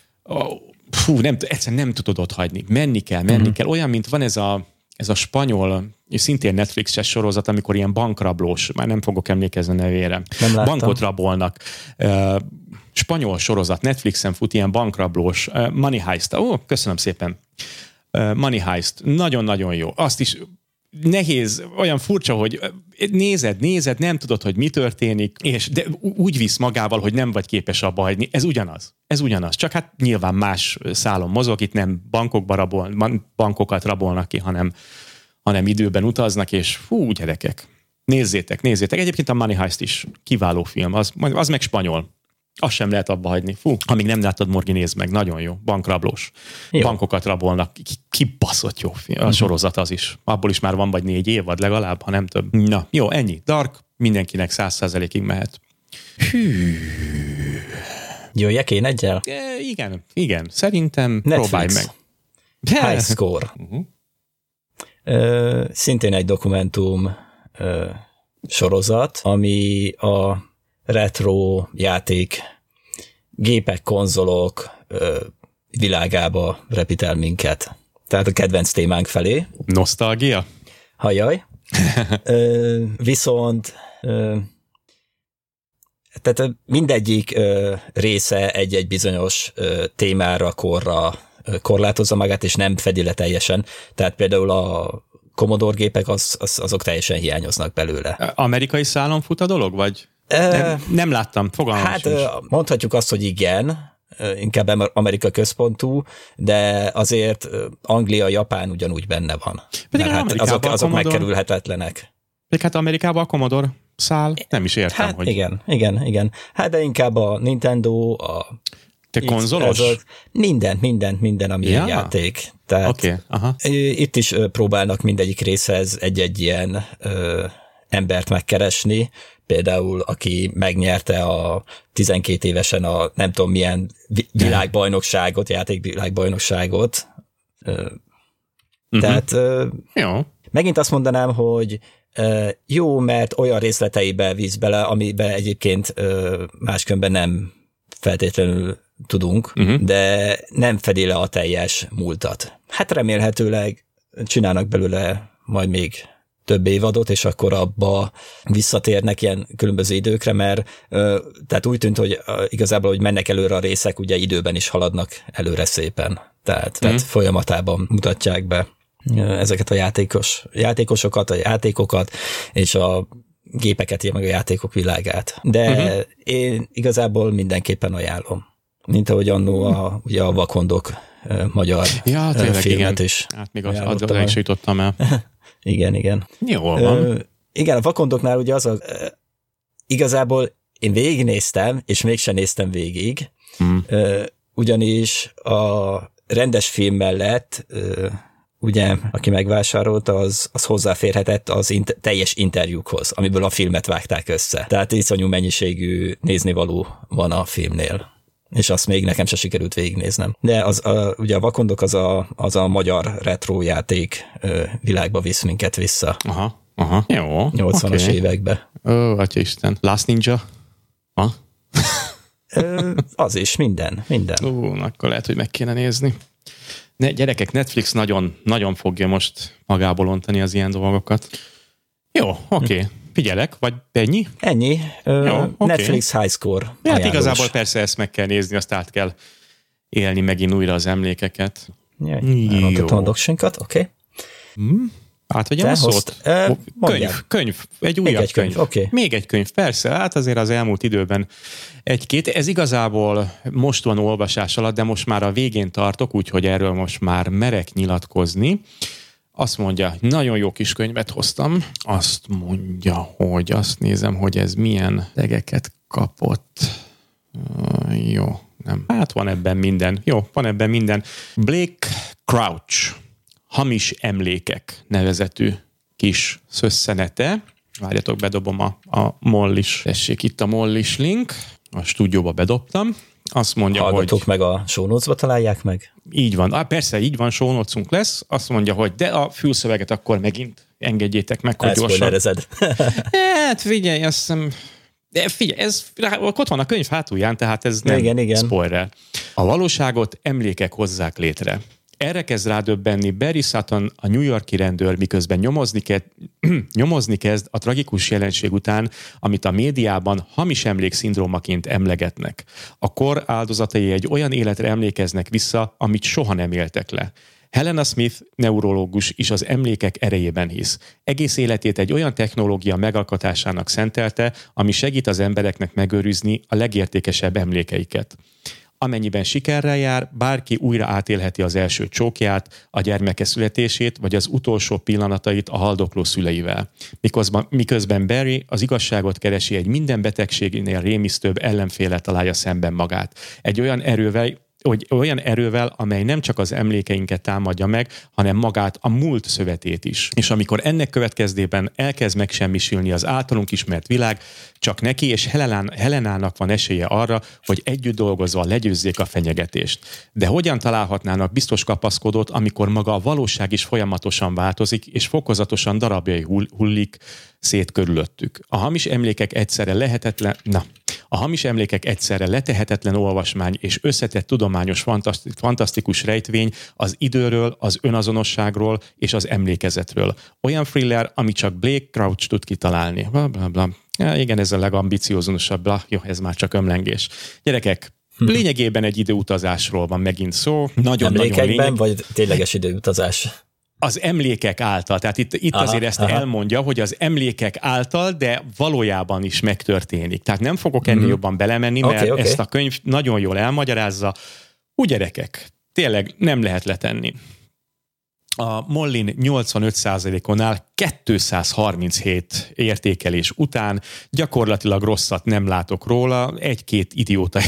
egyszerűen nem tudod ott hagyni. Menni kell. Olyan, mint van ez a spanyol, és szintén Netflixes sorozat, amikor ilyen bankrablós, már nem fogok emlékezni a nevére. Bankot rabolnak. Spanyol sorozat, Netflixen fut ilyen bankrablós. Money Heist. Köszönöm szépen. Money Heist. Nagyon-nagyon jó. Azt is nehéz, olyan furcsa, hogy nézed, nem tudod, hogy mi történik, de úgy visz magával, hogy nem vagy képes abba hagyni. Ez ugyanaz. Csak hát nyilván más szálon mozog, itt nem bankokat rabolnak ki, hanem időben utaznak, és gyerekek, nézzétek. Egyébként a Money Heist is kiváló film, az meg spanyol. Azt sem lehet abba hagyni. Fú, amíg nem láttad, Morgi, nézd meg, nagyon jó. Bankrablós. Jó. Bankokat rabolnak. Kibaszott jó a sorozat az is. Abból is már van vagy 4 évad legalább, ha nem több. Na, jó, ennyi. Dark mindenkinek 100%-ig mehet. Hű. Jöjjek én egyel? Igen. Szerintem Netflix. próbálj meg. High Score. Szintén egy dokumentum sorozat, ami a retro játék, gépek, konzolok világába repítel minket. Tehát a kedvenc témánk felé. Nosztalgia? Hajjaj. Viszont tehát mindegyik része egy-egy bizonyos témára, korra korlátozza magát, és nem fedi le teljesen. Tehát például a Commodore gépek, azok teljesen hiányoznak belőle. Amerikai szálon fut a dolog, vagy? Nem láttam, fogalmam Hát sincs. mondhatjuk azt, hogy igen, inkább Amerika központú, de azért Anglia, Japán ugyanúgy benne van. Pedig Mert hát azok megkerülhetetlenek. Még hát Amerikában a Commodore szál, nem is értem, Hát hogy... igen. Hát de inkább a Nintendo, a... Te konzolos? Minden, ami ilyen játék. Tehát Oké, aha. Itt is próbálnak mindegyik részhez egy-egy ilyen embert megkeresni, például aki megnyerte a 12 évesen a nem tudom milyen világbajnokságot, játékvilágbajnokságot. Tehát jó. Megint azt mondanám, hogy jó, mert olyan részleteibe víz bele, amiben egyébként máskülönben nem feltétlenül tudunk, de nem fedi le a teljes múltat. Hát remélhetőleg csinálnak belőle majd még több évadot, és akkor abba visszatérnek ilyen különböző időkre, mert tehát úgy tűnt, hogy igazából, hogy mennek előre a részek, ugye időben is haladnak előre szépen. Tehát folyamatában mutatják be ezeket a játékosokat, a játékokat, és a gépeket, meg a játékok világát. De én igazából mindenképpen ajánlom. Mint ahogy annó ugye a Vakondok magyar filmet igen. is. Hát még addig is jutottam el. Igen. Jól van. Igen, a Vakondoknál ugye az igazából én végignéztem, és mégsem néztem végig, ugyanis a rendes film mellett ugye, aki megvásárolta, az hozzáférhetett az teljes interjúkhoz, amiből a filmet vágták össze. Tehát iszonyú mennyiségű néznivaló van a filmnél. És azt még nekem se sikerült végignéznem. De ugye a Vakondok az a magyar retro játék világba visz minket vissza. Aha. Jó. 80-as évekbe. Ó, atyaisten. Last Ninja? Ha? Az is, minden. Akkor lehet, hogy meg kéne nézni. Gyerekek, Netflix nagyon fogja most magából ontani az ilyen dolgokat. Jó, oké. Figyelek, vagy ennyi? Ennyi. Jó, Netflix High Score. Hát igazából persze ezt meg kell nézni, azt át kell élni megint újra az emlékeket. Elmondhatom a doksinkat, oké. Átvegyem a szót? Könyv. Egy újabb könyv. Okay. Még egy könyv, persze. Hát azért az elmúlt időben egy-két. Ez igazából most van olvasás alatt, de most már a végén tartok, úgyhogy erről most már merek nyilatkozni. Azt mondja, nagyon jó kis könyvet hoztam. Azt mondja, hogy azt nézem, hogy ez milyen tegeket kapott. Jó, nem. Hát van ebben minden. Jó, van ebben minden. Blake Crouch. Hamis emlékek nevezetű kis szösszenete. Várjatok, bedobom a mollis. Tessék, itt a mollis link. A stúdióba bedobtam. Azt mondja, hallgatók meg a show notes-ba találják meg? Így van. Persze, így van, show notes-unk lesz. Azt mondja, hogy de a fülszöveget akkor megint engedjétek meg, hogy gyorsan. Hát figyelj, azt hiszem... De figyelj, ott van a könyv hátulján, tehát ez nem igen. spoiler. A valóságot emlékek hozzák létre. Erre kezd rádöbbenni Barry Sutton, a New York-i rendőr, miközben nyomozni kezd a tragikus jelenség után, amit a médiában hamis emlékszindrómaként emlegetnek. A kor áldozatai egy olyan életre emlékeznek vissza, amit soha nem éltek le. Helena Smith, neurológus is az emlékek erejében hisz. Egész életét egy olyan technológia megalkotásának szentelte, ami segít az embereknek megőrizni a legértékesebb emlékeiket. Amennyiben sikerrel jár, bárki újra átélheti az első csókját, a gyermeke születését, vagy az utolsó pillanatait a haldokló szüleivel. Miközben Barry az igazságot keresi, egy minden betegségnél rémisztőbb ellenféle találja szemben magát. Egy olyan erővel, amely nem csak az emlékeinket támadja meg, hanem magát a múlt szövetét is. És amikor ennek következtében elkezd megsemmisülni az általunk ismert világ, csak neki és Helenának van esélye arra, hogy együtt dolgozva legyőzzék a fenyegetést. De hogyan találhatnának biztos kapaszkodót, amikor maga a valóság is folyamatosan változik, és fokozatosan darabjai hullik szét körülöttük. A hamis emlékek egyszerre letehetetlen olvasmány és összetett tudományos fantasztikus rejtvény az időről, az önazonosságról és az emlékezetről. Olyan thriller, ami csak Blake Crouch tud kitalálni. Bla, bla, bla. Ja, igen, ez a legambiciózusabb. Jó, ez már csak ömlengés. Gyerekek, lényegében egy időutazásról van megint szó. Emlékekben, vagy tényleges időutazás? Az emlékek által. Tehát itt azért ezt elmondja, hogy az emlékek által, de valójában is megtörténik. Tehát nem fogok ennél jobban belemenni, mert ezt a könyv nagyon jól elmagyarázza. Úgy gyerekek, tényleg nem lehet letenni. A Mollin 85%-on áll 237 értékelés után, gyakorlatilag rosszat nem látok róla, egy-két idióta.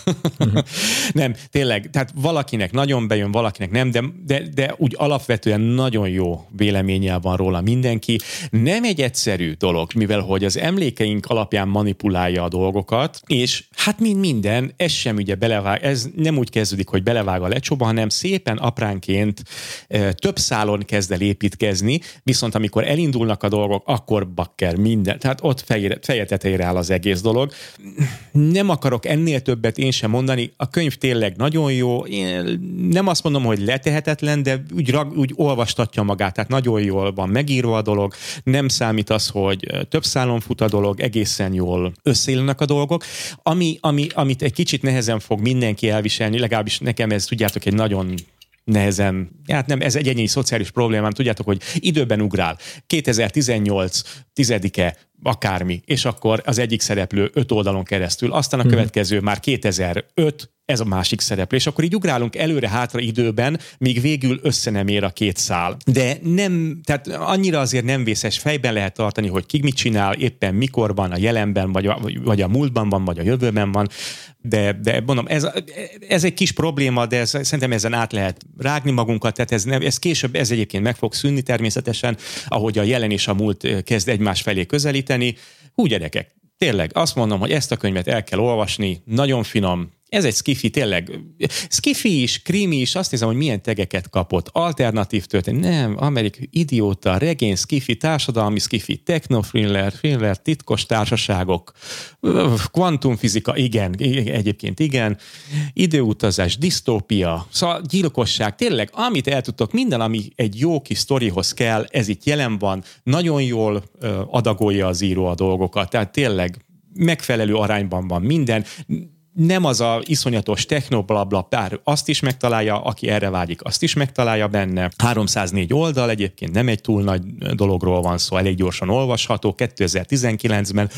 Nem, tényleg, tehát valakinek nagyon bejön, valakinek nem, de úgy alapvetően nagyon jó véleménnyel van róla mindenki. Nem egy egyszerű dolog, mivel hogy az emlékeink alapján manipulálja a dolgokat, és hát mint minden, ez sem ugye belevág, ez nem úgy kezdődik, hogy belevág a lecsóba, hanem szépen apránként több szálon kezd el építkezni, viszont amikor elindulnak a dolgok, akkor bakker minden. Tehát ott feje tetejére áll az egész dolog. Nem akarok ennél többet én sem mondani. A könyv tényleg nagyon jó. Én nem azt mondom, hogy letehetetlen, de úgy olvastatja magát. Tehát nagyon jól van megírva a dolog. Nem számít az, hogy több szálon fut a dolog, egészen jól összeillnek a dolgok. Amit egy kicsit nehezen fog mindenki elviselni, legalábbis nekem ez, tudjátok, egy nagyon nehezen, hát nem, ez egy egyéni szociális problémám, tudjátok, hogy időben ugrál. 2018 10-e, akármi, és akkor az egyik szereplő 5 oldalon keresztül, aztán a következő már 2005, ez a másik szereplő, és akkor így ugrálunk előre-hátra időben, míg végül össze nem ér a két szál. De nem, tehát annyira azért nem vészes, fejben lehet tartani, hogy ki mit csinál, éppen mikor van, a jelenben, vagy a múltban van, vagy a jövőben van, de mondom, ez egy kis probléma, de szerintem ezen át lehet rágni magunkat, tehát ez később, ez egyébként meg fog szűnni természetesen, ahogy a jelen és a múlt kezd egymás felé közelíteni. Hú, gyerekek, tényleg azt mondom, hogy ezt a könyvet el kell olvasni, nagyon finom. Ez egy skifi, tényleg. Skifi is, krimi is, azt nézem, hogy milyen tegeket kapott. Alternatív történet, nem, amerikai idióta, regény, skifi, társadalmi skifi, technothriller, titkos társaságok, kvantumfizika, igen, egyébként igen, időutazás, disztópia, szóval gyilkosság, tényleg, amit el tudtok, minden, ami egy jó kis sztorihoz kell, ez itt jelen van, nagyon jól adagolja az író a dolgokat, tehát tényleg megfelelő arányban van minden. Nem az a iszonyatos technoblabla, bár azt is megtalálja, aki erre vágyik, azt is megtalálja benne. 304 oldal, egyébként nem egy túl nagy dologról van szó, elég gyorsan olvasható, 2019-ben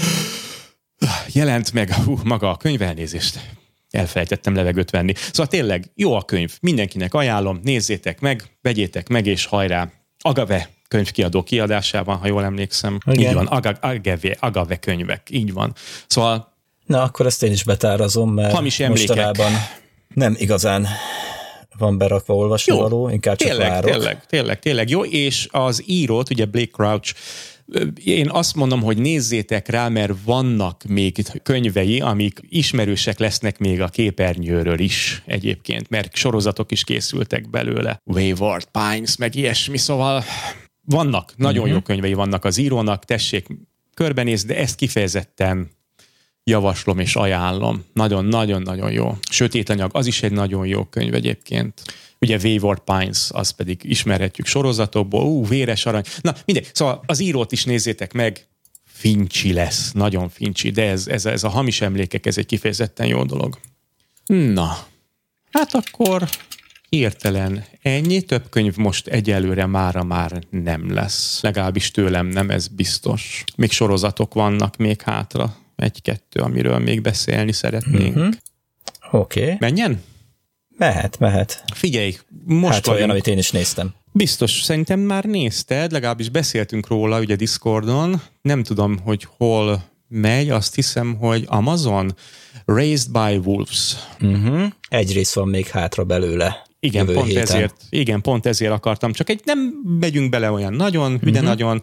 jelent meg maga a könyv, elnézést. Elfelejtettem levegőt venni. Szóval tényleg jó a könyv, mindenkinek ajánlom, nézzétek meg, vegyétek meg, és hajrá! Agave könyvkiadó kiadásában, ha jól emlékszem. Igen. Így van, Agave könyvek, így van. Szóval na, akkor ezt én is betárazom, mert mostanában nem igazán van berakva olvasnivaló, inkább csak várok. Tényleg jó, és az írót, ugye Blake Crouch, én azt mondom, hogy nézzétek rá, mert vannak még könyvei, amik ismerősek lesznek még a képernyőről is egyébként, mert sorozatok is készültek belőle. Wayward Pines, meg ilyesmi, szóval vannak, nagyon jó könyvei vannak az írónak, tessék körbenézni, de ezt kifejezetten javaslom és ajánlom. Nagyon-nagyon-nagyon jó. Sötét anyag, az is egy nagyon jó könyv egyébként. Ugye Wayward Pines, az pedig ismerhetjük sorozatokból. Véres arany. Na, mindegy. Szóval az írót is nézzétek meg. Fincsi lesz, nagyon fincsi, de ez a hamis emlékek, ez egy kifejezetten jó dolog. Na, hát akkor hirtelen ennyi. Több könyv most egyelőre mára már nem lesz. Legalábbis tőlem nem, ez biztos. Még sorozatok vannak még hátra. 1-2, amiről még beszélni szeretnénk. Oké. Menjen? Mehet. Figyelj, most hát olyan, amit én is néztem. Biztos, szerintem már nézted, legalábbis beszéltünk róla ugye Discordon, nem tudom, hogy hol megy, azt hiszem, hogy Amazon, Raised by Wolves. Egy rész van még hátra belőle. Igen, pont ezért akartam, csak nem megyünk bele olyan nagyon, ugye nagyon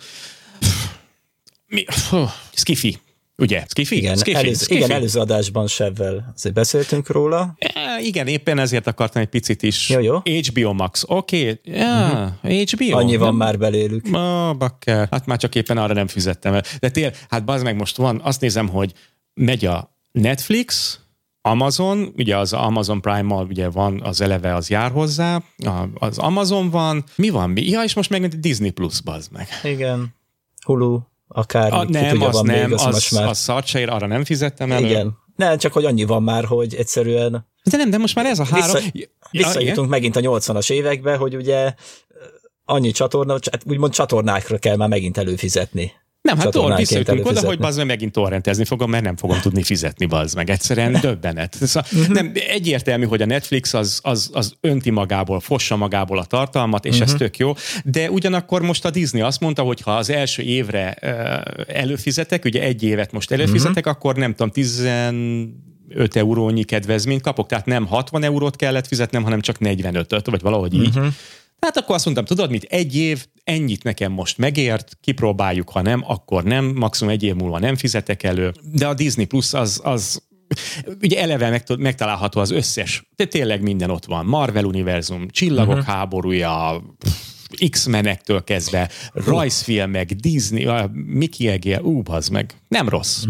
skifi. Ugye? Skifi? Igen, előző adásban Sevvel azért beszéltünk róla. Igen, éppen ezért akartam egy picit is. Jó. HBO Max, oké. HBO. Annyi van már belőlük. Bakker. Hát már csak éppen arra nem fizettem el. De tényleg, hát bazd meg, most van, azt nézem, hogy megy a Netflix, Amazon, ugye az Amazon Prime-mal ugye van, az eleve az jár hozzá, az Amazon van, mi van? Ja, és most megint Disney Plus, bazd meg. Igen, Hulu. Akár nem, az nem, az szartsair, arra nem fizettem elő. Igen, nem, csak hogy annyi van már, hogy egyszerűen... De most már ez a 3... Visszajutunk megint a 80-as évekbe, hogy ugye annyi csatorna, úgymond csatornákra kell már megint előfizetni. Nem, hát visszajutunk oda, hogy bazd meg megint torrentezni fogom, mert nem fogom tudni fizetni, bazd meg. Egyszerűen döbbenet. Nem, egyértelmű, hogy a Netflix az önti magából, fossa magából a tartalmat, és ez tök jó, de ugyanakkor most a Disney azt mondta, hogy ha az első évre előfizetek, ugye egy évet most előfizetek, akkor nem tudom, 15 eurónyi kedvezményt kapok, tehát nem 60 eurót kellett fizetnem, hanem csak 45-öt, vagy valahogy így. Hát akkor azt mondtam, tudod mit, egy év, ennyit nekem most megért, kipróbáljuk, ha nem, akkor nem, maximum egy év múlva nem fizetek elő, de a Disney Plus az ugye eleve megtalálható az összes, de tényleg minden ott van, Marvel univerzum, Csillagok háborúja, X-menektől kezdve, rajzfilmek, Disney, Mickey Egér, bazd meg, nem rossz.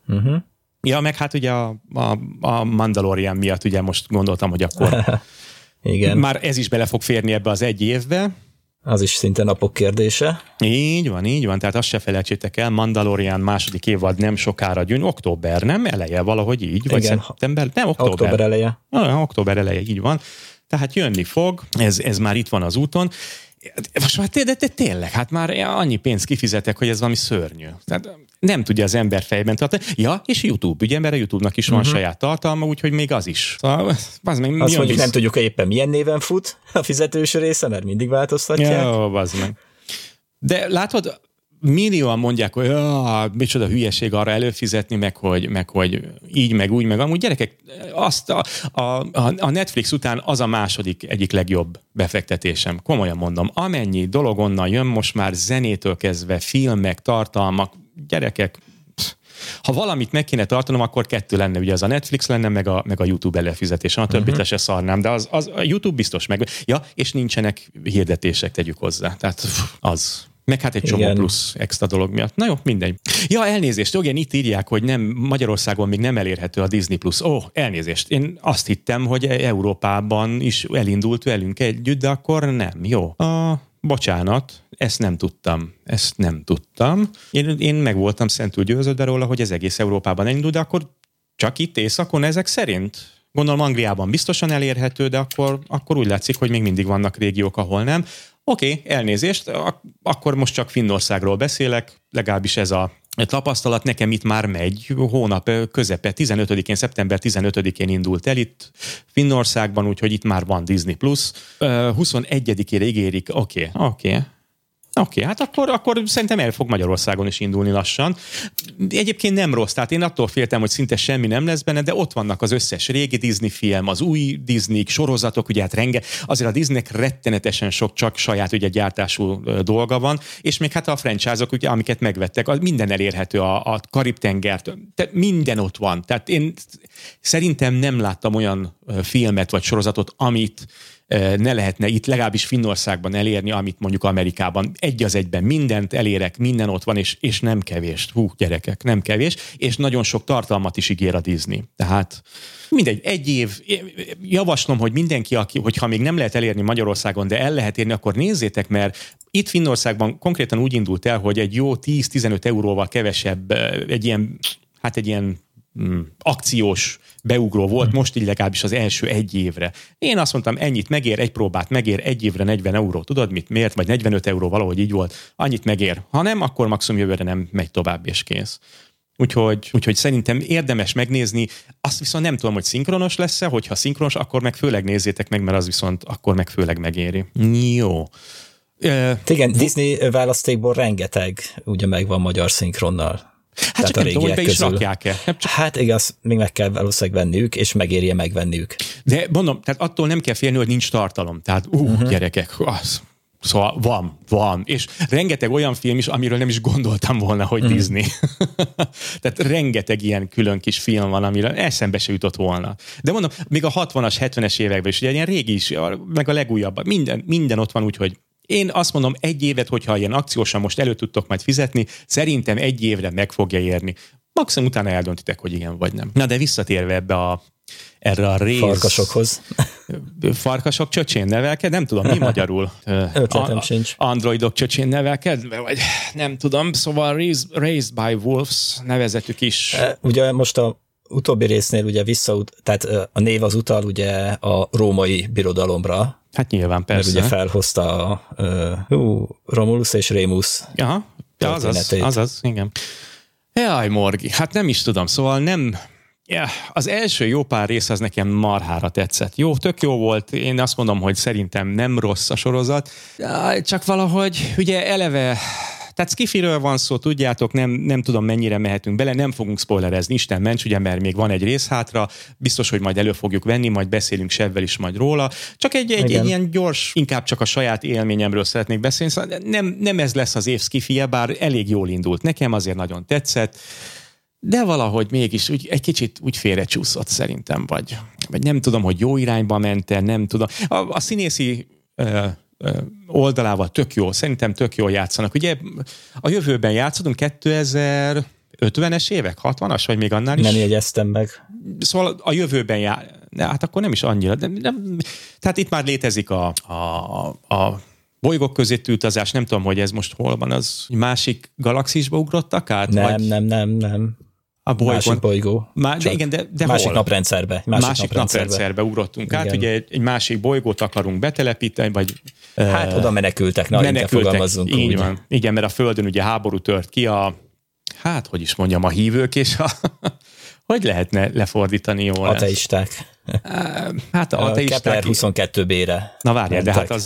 Ja, meg hát ugye a Mandalorian miatt ugye most gondoltam, hogy akkor igen. Már ez is bele fog férni ebbe az egy évbe. Az is szinte napok kérdése. Így van, tehát azt se felejtsétek el, Mandalorian második évad nem sokára október, nem? Eleje valahogy így? Vagy szeptember? Nem, október eleje. Október eleje, így van. Tehát jönni fog, ez már itt van az úton. Most már de tényleg, hát már annyi pénzt kifizetek, hogy ez valami szörnyű. Tehát nem tudja az ember fejben tartani. Ja, és YouTube, ugye, mert a YouTube-nak is van saját tartalma, úgyhogy még az is. Szóval, azt mondjuk nem tudjuk, hogy éppen milyen néven fut a fizetős része, mert mindig változtatják. Jó, bazd meg. De látod, millióan mondják, hogy micsoda hülyeség arra előfizetni, meg hogy így, meg úgy, meg amúgy. Gyerekek, azt a Netflix után az a második egyik legjobb befektetésem. Komolyan mondom, amennyi dolog onnan jön, most már zenétől kezdve, filmek, tartalmak, gyerekek, ha valamit meg kéne tartanom, akkor 2 lenne, ugye az a Netflix lenne, meg a YouTube előfizetés, a többit se szarnám, de az a YouTube biztos meg. Ja, és nincsenek hirdetések, tegyük hozzá. Tehát az... Meg hát egy csomó plusz extra dolog miatt. Na jó, mindegy. Ja, elnézést, igen, itt írják, hogy nem, Magyarországon még nem elérhető a Disney Plus. Elnézést, én azt hittem, hogy Európában is elindult velünk együtt, de akkor nem. Jó. Bocsánat, ezt nem tudtam. Én meg voltam szentül győződve róla, hogy ez egész Európában elindult, de akkor csak itt északon ezek szerint? Gondolom Angliában biztosan elérhető, de akkor úgy látszik, hogy még mindig vannak régiók, ahol nem. Oké, elnézést, akkor most csak Finnországról beszélek, legalábbis ez a tapasztalat nekem itt már megy, hónap közepe, 15-én, szeptember 15-én indult el itt Finnországban, úgyhogy itt már van Disney Plus. 21-ére ígérik, Oké, hát akkor szerintem el fog Magyarországon is indulni lassan. Egyébként nem rossz, tehát én attól féltem, hogy szinte semmi nem lesz benne, de ott vannak az összes régi Disney film, az új Disney sorozatok, ugye hát azért a Disneynek rettenetesen sok csak saját ugye gyártású dolga van, és még hát a franchise-ok, ugye, amiket megvettek, minden elérhető, a Karib-tengert, tehát minden ott van. Tehát én szerintem nem láttam olyan filmet vagy sorozatot, amit ne lehetne itt legalábbis Finnországban elérni, amit mondjuk Amerikában. Egy az egyben mindent elérek, minden ott van, és nem kevés. Gyerekek, nem kevés, és nagyon sok tartalmat is ígér a Disney. Tehát mindegy, egy év, javaslom, hogy mindenki, hogyha még nem lehet elérni Magyarországon, de el lehet érni, akkor nézzétek, mert itt Finnországban konkrétan úgy indult el, hogy egy jó 10-15 euróval kevesebb, egy ilyen akciós beugró volt, most így legalábbis az első egy évre. Én azt mondtam, ennyit megér, egy próbát megér, egy évre 40 euró. Tudod mit? Miért? Vagy 45 euró, valahogy így volt. Annyit megér. Ha nem, akkor maximum jövőre nem megy tovább, és kész. Úgyhogy szerintem érdemes megnézni, azt viszont nem tudom, hogy szinkronos lesz-e, hogyha szinkronos, akkor meg főleg nézzétek meg, mert az viszont akkor meg főleg megéri. Jó. Igen, Disney választékból rengeteg ugye megvan magyar szinkronnal. Hát csak nem tudom, hogy be is rakják-e. Hát igaz, még meg kell valószínűleg venniük, és megérje megvenniük. De mondom, tehát attól nem kell félni, hogy nincs tartalom. Tehát gyerekek, az... Szóval van. És rengeteg olyan film is, amiről nem is gondoltam volna, hogy Disney. Tehát rengeteg ilyen külön kis film van, amire eszembe se jutott volna. De mondom, még a 60-as, 70-es években is, ugye ilyen régi is, meg a legújabb, minden ott van, úgyhogy én azt mondom, egy évet, hogyha ilyen akciósan most elő tudtok majd fizetni, szerintem egy évre meg fogja érni. Maximum utána eldöntitek, hogy igen vagy nem. Na de visszatérve erre a rész... Farkasokhoz. Farkasok csöcsén nevelked? Nem tudom, mi magyarul? Ötletem sincs. Androidok csöcsén nevelkedve? Vagy nem tudom, szóval Raised by Wolves nevezetű is. Ugye most a utóbbi résznél ugye tehát a név az utal ugye a római birodalomra. Hát nyilván, persze. Mert ugye felhozta a Romulus és Remus. Aha, azaz, igen. Jaj, Morgi, hát nem is tudom, szóval nem... Ja, az első jó pár rész az nekem marhára tetszett. Jó, tök jó volt, én azt mondom, hogy szerintem nem rossz a sorozat, csak valahogy ugye eleve, tehát skifiről van szó, tudjátok, nem tudom mennyire mehetünk bele, nem fogunk spoilerezni, Isten ments, ugye, mert még van egy rész hátra, biztos, hogy majd elő fogjuk venni, majd beszélünk Sevvel is majd róla, csak egy ilyen gyors, inkább csak a saját élményemről szeretnék beszélni, szóval nem ez lesz az év skifije, bár elég jól indult, nekem azért nagyon tetszett, de valahogy mégis egy kicsit úgy félrecsúszott szerintem, vagy nem tudom, hogy jó irányba ment-e, nem tudom. A színészi oldalával tök jó, szerintem tök jól játszanak. Ugye a jövőben játszodunk 2050-es évek, 60-as, vagy még annál is? Nem jegyeztem meg. Szóval a jövőben hát akkor nem is annyira. Tehát itt már létezik a bolygók közötti utazás, nem tudom, hogy ez most hol van, az másik galaxisba ugrottak át? Nem. A másik bolygó. Igen, de másik hol? naprendszerbe. Másik naprendszerbe ugrottunk át, ugye egy másik bolygót akarunk betelepíteni, vagy... Hát oda menekültek, inkább fogalmazzunk így úgy. van. Igen, mert a Földön ugye háború tört ki a hívők és hogy lehetne lefordítani jól? Ateisták. Hát a ateisták... Kepler 22b-re. Na várjál, de hát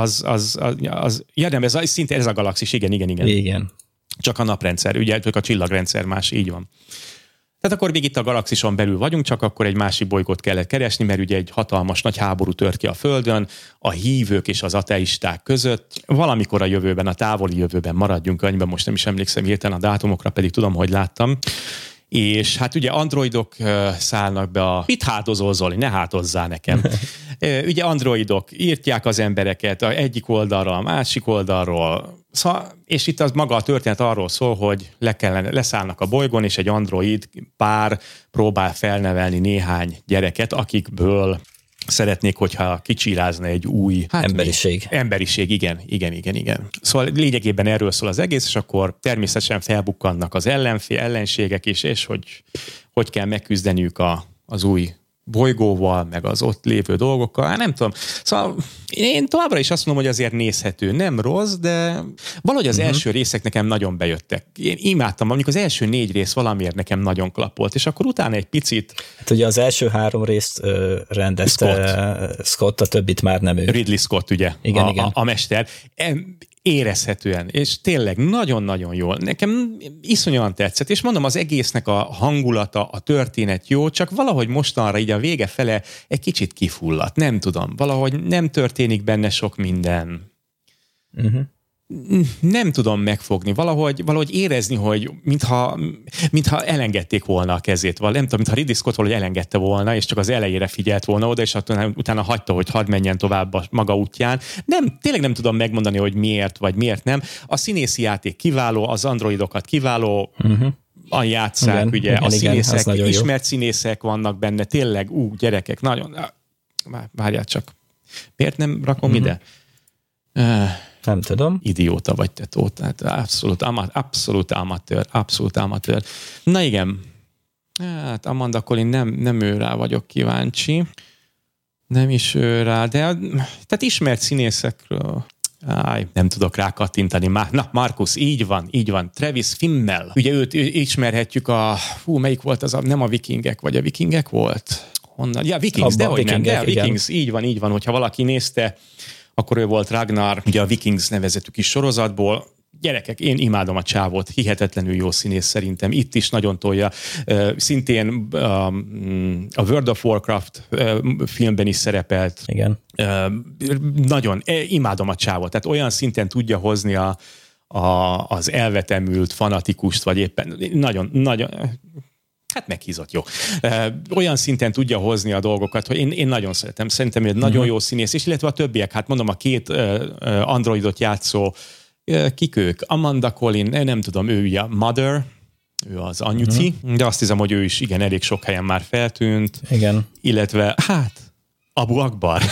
szinte ez a galaxis, igen. Csak a naprendszer, ugye, csak a csillagrendszer más, így van. Tehát akkor még itt a galaxison belül vagyunk, csak akkor egy másik bolygót kellett keresni, mert ugye egy hatalmas nagy háború tört ki a Földön, a hívők és az ateisták között. Valamikor a jövőben, a távoli jövőben maradjunk annyiban, most nem is emlékszem hirtelen a dátumokra, pedig tudom, hogy láttam. És hát ugye androidok szállnak be Mit hátozol, Zoli? Ne hátozzál nekem. Ugye androidok írtják az embereket egyik oldalról, a másik oldalról, szóval, és itt az maga a történet arról szól, hogy leszállnak a bolygón, és egy android pár próbál felnevelni néhány gyereket, akikből szeretnék, hogyha kicsírázna egy új... Emberiség, igen. Szóval lényegében erről szól az egész, és akkor természetesen felbukkannak az ellenségek is, és hogy kell megküzdeniük az új bolygóval, meg az ott lévő dolgokkal. Hát nem tudom. Szóval én továbbra is azt mondom, hogy azért nézhető. Nem rossz, de valahogy az első részek nekem nagyon bejöttek. Én imádtam, amikor az első 4 rész valamiért nekem nagyon klappolt, és akkor utána egy picit... Hát ugye az első 3 részt rendezte Scott, a többit már nem ő. Ridley Scott, ugye? Igen. A mester. Érezhetően, és tényleg nagyon-nagyon jól. Nekem iszonyúan tetszett, és mondom, az egésznek a hangulata, a történet jó, csak valahogy mostanra így a vége fele egy kicsit kifulladt. Nem tudom, valahogy nem történik benne sok minden. Nem tudom megfogni, valahogy érezni, hogy mintha elengedték volna a kezét, nem tudom, mintha Ridley Scott valahogy elengedte volna, és csak az elejére figyelt volna oda, és utána hagyta, hogy hadd menjen tovább a maga útján. Tényleg nem tudom megmondani, hogy miért, vagy miért nem. A színészi játék kiváló, az androidokat kiváló, a játsszák, ugye, a színészek, ismert színészek vannak benne, tényleg, gyerekek, nagyon, várjál csak, miért nem rakom ide? Nem tudom. Idióta vagy te, tehát abszolút amatőr. Na igen, hát Amanda Collin nem ő rá vagyok kíváncsi. Nem is ő rá, de tehát ismert színészekről. nem tudok rá kattintani. Na, Markus, így van. Travis Fimmel. Ugye őt ismerhetjük melyik volt az nem a Vikingek, vagy a Vikingek volt? Honnan? Ja, Vikings, Vikings, így van. Hogyha valaki nézte, akkor ő volt Ragnar, ugye a Vikings nevezetű kis sorozatból. Gyerekek, én imádom a csávót, hihetetlenül jó színész szerintem, itt is nagyon tolja. Szintén a World of Warcraft filmben is szerepelt. Igen. Nagyon, imádom a csávót, tehát olyan szinten tudja hozni az elvetemült fanatikust, vagy éppen nagyon, hát meghízott, jó. Olyan szinten tudja hozni a dolgokat, hogy én nagyon szeretem. Szerintem ő nagyon jó színész, és illetve a többiek, hát mondom, a két androidot játszó, kik ők? Amanda Collin, nem tudom, ő ugye Mother, ő az anyuci, de azt hiszem, hogy ő is igen, elég sok helyen már feltűnt. Igen. Illetve, Abu Akbar.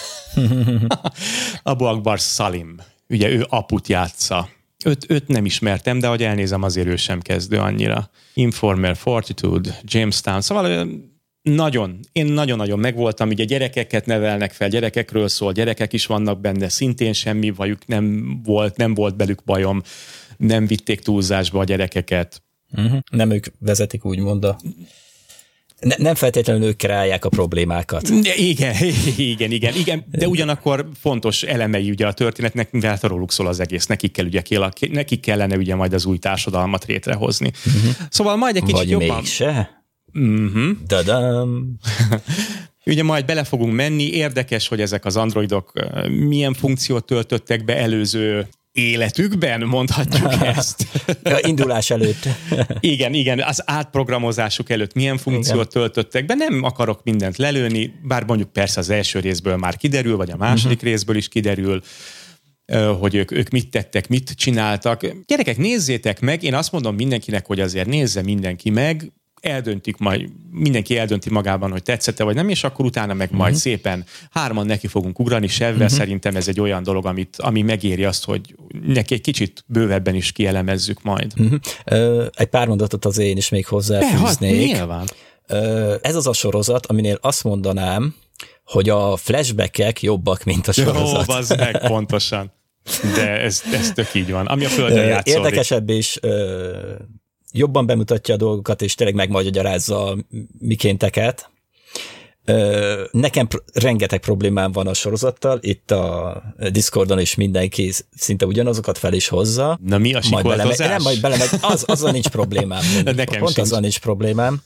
Abu Akbar Salim. Ugye ő aput játsza. Őt nem ismertem, de ahogy elnézem, azért ő sem kezdő annyira. Informer, Fortitude, Jamestown, szóval én nagyon-nagyon megvoltam, ugye gyerekeket nevelnek fel, gyerekekről szól, gyerekek is vannak benne, szintén semmi bajuk nem volt belük bajom, nem vitték túlzásba a gyerekeket. Nem ők vezetik, úgymond nem feltétlenül ők kreálják a problémákat. Igen, de ugyanakkor fontos elemei ugye a történetnek, mivel róluk szól az egész, nekik kellene ugye majd az új társadalmat létrehozni. Szóval majd egy kicsit vagy jobban... mégse? Dadam! Ugye majd bele fogunk menni, érdekes, hogy ezek az androidok milyen funkciót töltöttek be előző életükben, mondhatjuk ezt. Indulás előtt. Igen, az átprogramozásuk előtt milyen funkciót töltöttek be, nem akarok mindent lelőni, bár mondjuk persze az első részből már kiderül, vagy a második részből is kiderül, hogy ők mit tettek, mit csináltak. Gyerekek, nézzétek meg, én azt mondom mindenkinek, hogy azért nézze mindenki meg, mindenki eldönti magában, hogy tetszette vagy nem, és akkor utána meg majd szépen 3 neki fogunk ugrani, Sevvel szerintem ez egy olyan dolog, ami megéri azt, hogy neki egy kicsit bővebben is kielemezzük majd. Egy pár mondatot az én is még hozzáfűznék. Nyilván. Ez az a sorozat, aminél azt mondanám, hogy a flashbackek jobbak, mint a sorozat. Jó, bazd meg, pontosan. De ez tök így van. Ami a Földön játszódik. Érdekesebb és jobban bemutatja a dolgokat, és tényleg megmagyarázza a mikénteket. Nekem rengeteg problémám van a sorozattal, itt a Discordon is mindenki szinte ugyanazokat fel is hozza. Na mi a sikoltozás? Majd belemegy, azzal nincs problémám. Pont azzal nincs problémám.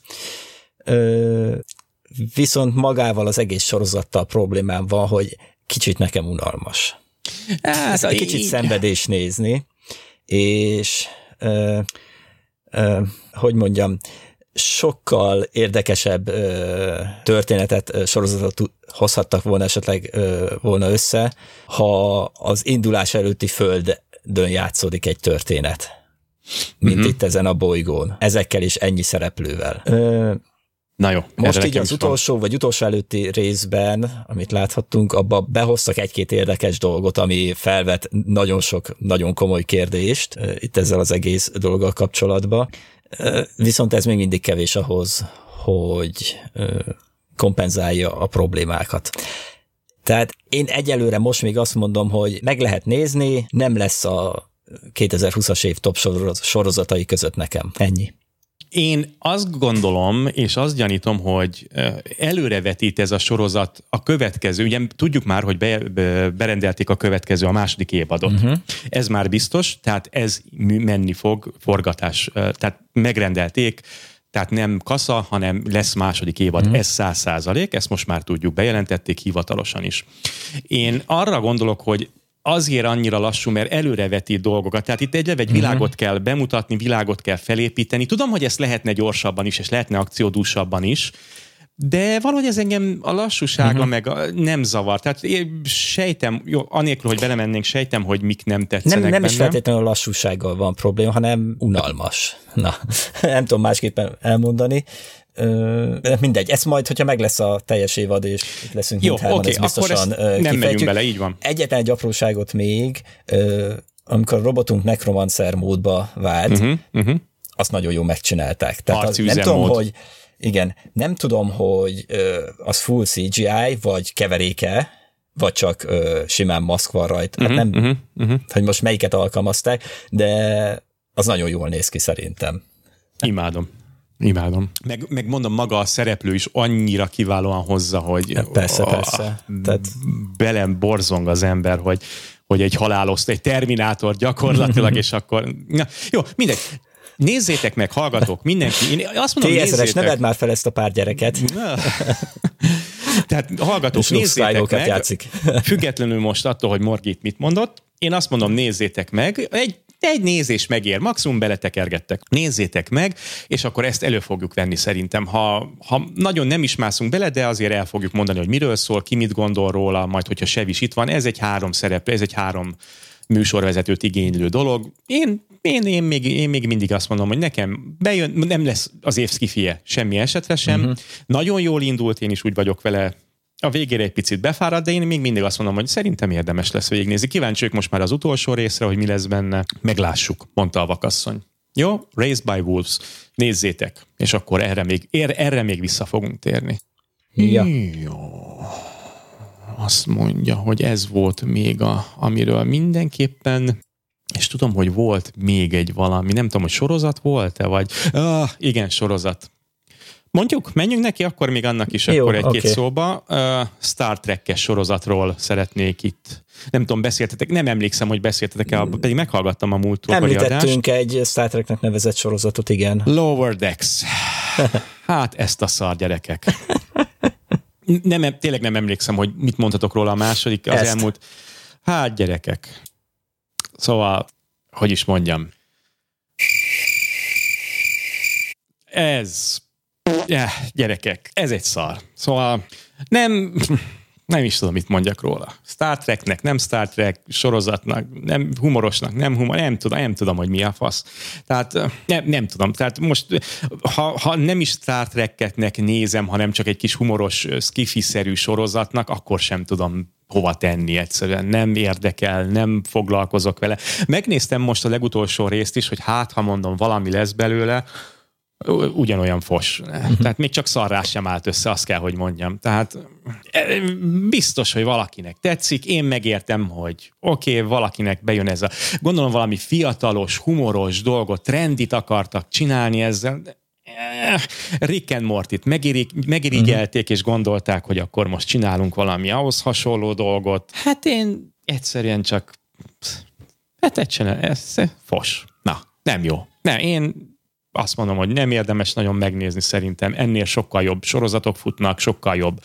Viszont magával az egész sorozattal problémám van, hogy kicsit nekem unalmas. Kicsit szenvedés nézni, és hogy mondjam, sokkal érdekesebb történetet, sorozatot hozhattak volna esetleg volna össze, ha az indulás előtti földön játszódik egy történet, mint itt ezen a bolygón. Ezekkel is ennyi szereplővel. Na jó. Most így az utolsó vagy utolsó előtti részben, amit láthattunk, abba behoztak egy-két érdekes dolgot, ami felvet nagyon sok, nagyon komoly kérdést itt ezzel az egész dologgal kapcsolatban. Viszont ez még mindig kevés ahhoz, hogy kompenzálja a problémákat. Tehát én egyelőre most még azt mondom, hogy meg lehet nézni, nem lesz a 2020-as év top sorozatai között nekem. Ennyi. Én azt gondolom, és azt gyanítom, hogy előrevetít ez a sorozat a következő. Ugye tudjuk már, hogy berendelték a következő, a második évadot. Ez már biztos, tehát ez menni fog, forgatás. Tehát megrendelték, tehát nem kasza, hanem lesz második évad. Ez 100%, ezt most már tudjuk, bejelentették hivatalosan is. Én arra gondolok, hogy azért annyira lassú, mert előrevetít dolgokat. Tehát itt egy világot kell bemutatni, világot kell felépíteni. Tudom, hogy ezt lehetne gyorsabban is, és lehetne akciódúsabban is, de valahogy ez engem a lassúsága meg nem zavar. Tehát én sejtem, jó, anélkül, hogy belemennénk, sejtem, hogy mik nem tetszenek nem bennem. is feltétlenül a lassúsággal van probléma, hanem unalmas. Na, nem tudom másképpen elmondani. Mindegy, ez majd, hogyha meg lesz a teljes évad, és itt leszünk mindhárman, ez biztosan nem megyünk bele, így van. Egyetlen egy apróságot még, amikor a robotunk Necromancer módba vált, azt nagyon jól megcsinálták. Tehát nem tudom, hogy nem tudom, hogy az full CGI, vagy keveréke vagy csak simán maszk van rajta. Hát nem, hogy most melyiket alkalmazták, de az nagyon jól néz ki szerintem. Imádom. Meg mondom, maga a szereplő is annyira kiválóan hozza, hogy persze. Tehát belem borzong az ember, hogy egy haláloszt, egy Terminátor gyakorlatilag, és akkor... Na, jó, mindegy. Nézzétek meg, hallgatók, mindenki. Én azt mondom, T-1000-es, ne vedd már fel ezt a pár gyereket. Tehát hallgatók, nézzétek meg, játszik. Függetlenül most attól, hogy Morgi mit mondott, én azt mondom, nézzétek meg, egy nézés megér, maximum beletekergettek. Nézzétek meg, és akkor ezt elő fogjuk venni szerintem. Ha nagyon nem is mászunk bele, de azért el fogjuk mondani, hogy miről szól, ki mit gondol róla, majd hogyha Sev is itt van. Ez egy 3 szereplő, ez egy 3 műsorvezetőt igénylő dolog. Én még mindig azt mondom, hogy nekem bejön, nem lesz az év szkifije semmi esetre sem. Nagyon jól indult, én is úgy vagyok vele. A végére egy picit befáradt, de én még mindig azt mondom, hogy szerintem érdemes lesz végignézni. Kíváncsiak most már az utolsó részre, hogy mi lesz benne. Meglássuk, mondta a vakasszony. Jó? Raised by Wolves. Nézzétek, és akkor erre még vissza fogunk térni. Ja. Jó. Azt mondja, hogy ez volt még amiről mindenképpen, és tudom, hogy volt még egy valami, nem tudom, hogy sorozat volt-e, vagy... igen, sorozat. Mondjuk, menjünk neki, akkor még annak is jó, akkor egy-két okay. szóba. Star Trek-es sorozatról szeretnék itt. Nem tudom, beszéltetek, nem emlékszem, hogy beszéltetek-e, pedig meghallgattam a múlt Említettünk egy Star Treknek nevezett sorozatot, igen. Lower Decks. Hát ezt a szar, gyerekek. Tényleg nem emlékszem, hogy mit mondhatok róla a második, az elmúlt. Hát gyerekek. Szóval, hogy is mondjam. Gyerekek, ez egy szar. Szóval nem is tudom, mit mondjak róla. Star Treknek, nem Star Trek, sorozatnak, nem humorosnak, nem tudom, hogy mi a fasz. Tehát nem tudom. Tehát most, ha nem is Star Trek-etnek nézem, hanem csak egy kis humoros, skifi-szerű sorozatnak, akkor sem tudom hova tenni egyszerűen. Nem érdekel, nem foglalkozok vele. Megnéztem most a legutolsó részt is, hogy ha mondom, valami lesz belőle, ugyanolyan fos. Tehát még csak szarrás sem állt össze, azt kell, hogy mondjam. Tehát biztos, hogy valakinek tetszik, én megértem, hogy oké, valakinek bejön ez a... Gondolom valami fiatalos, humoros dolgot, trendit akartak csinálni ezzel, de Rick and Mortyt megirigyelték, és gondolták, hogy akkor most csinálunk valami ahhoz hasonló dolgot. Hát én egyszerűen csak... Hát egyszerűen ez fos. Na, nem jó. Én azt mondom, hogy nem érdemes nagyon megnézni szerintem. Ennél sokkal jobb sorozatok futnak, sokkal jobb.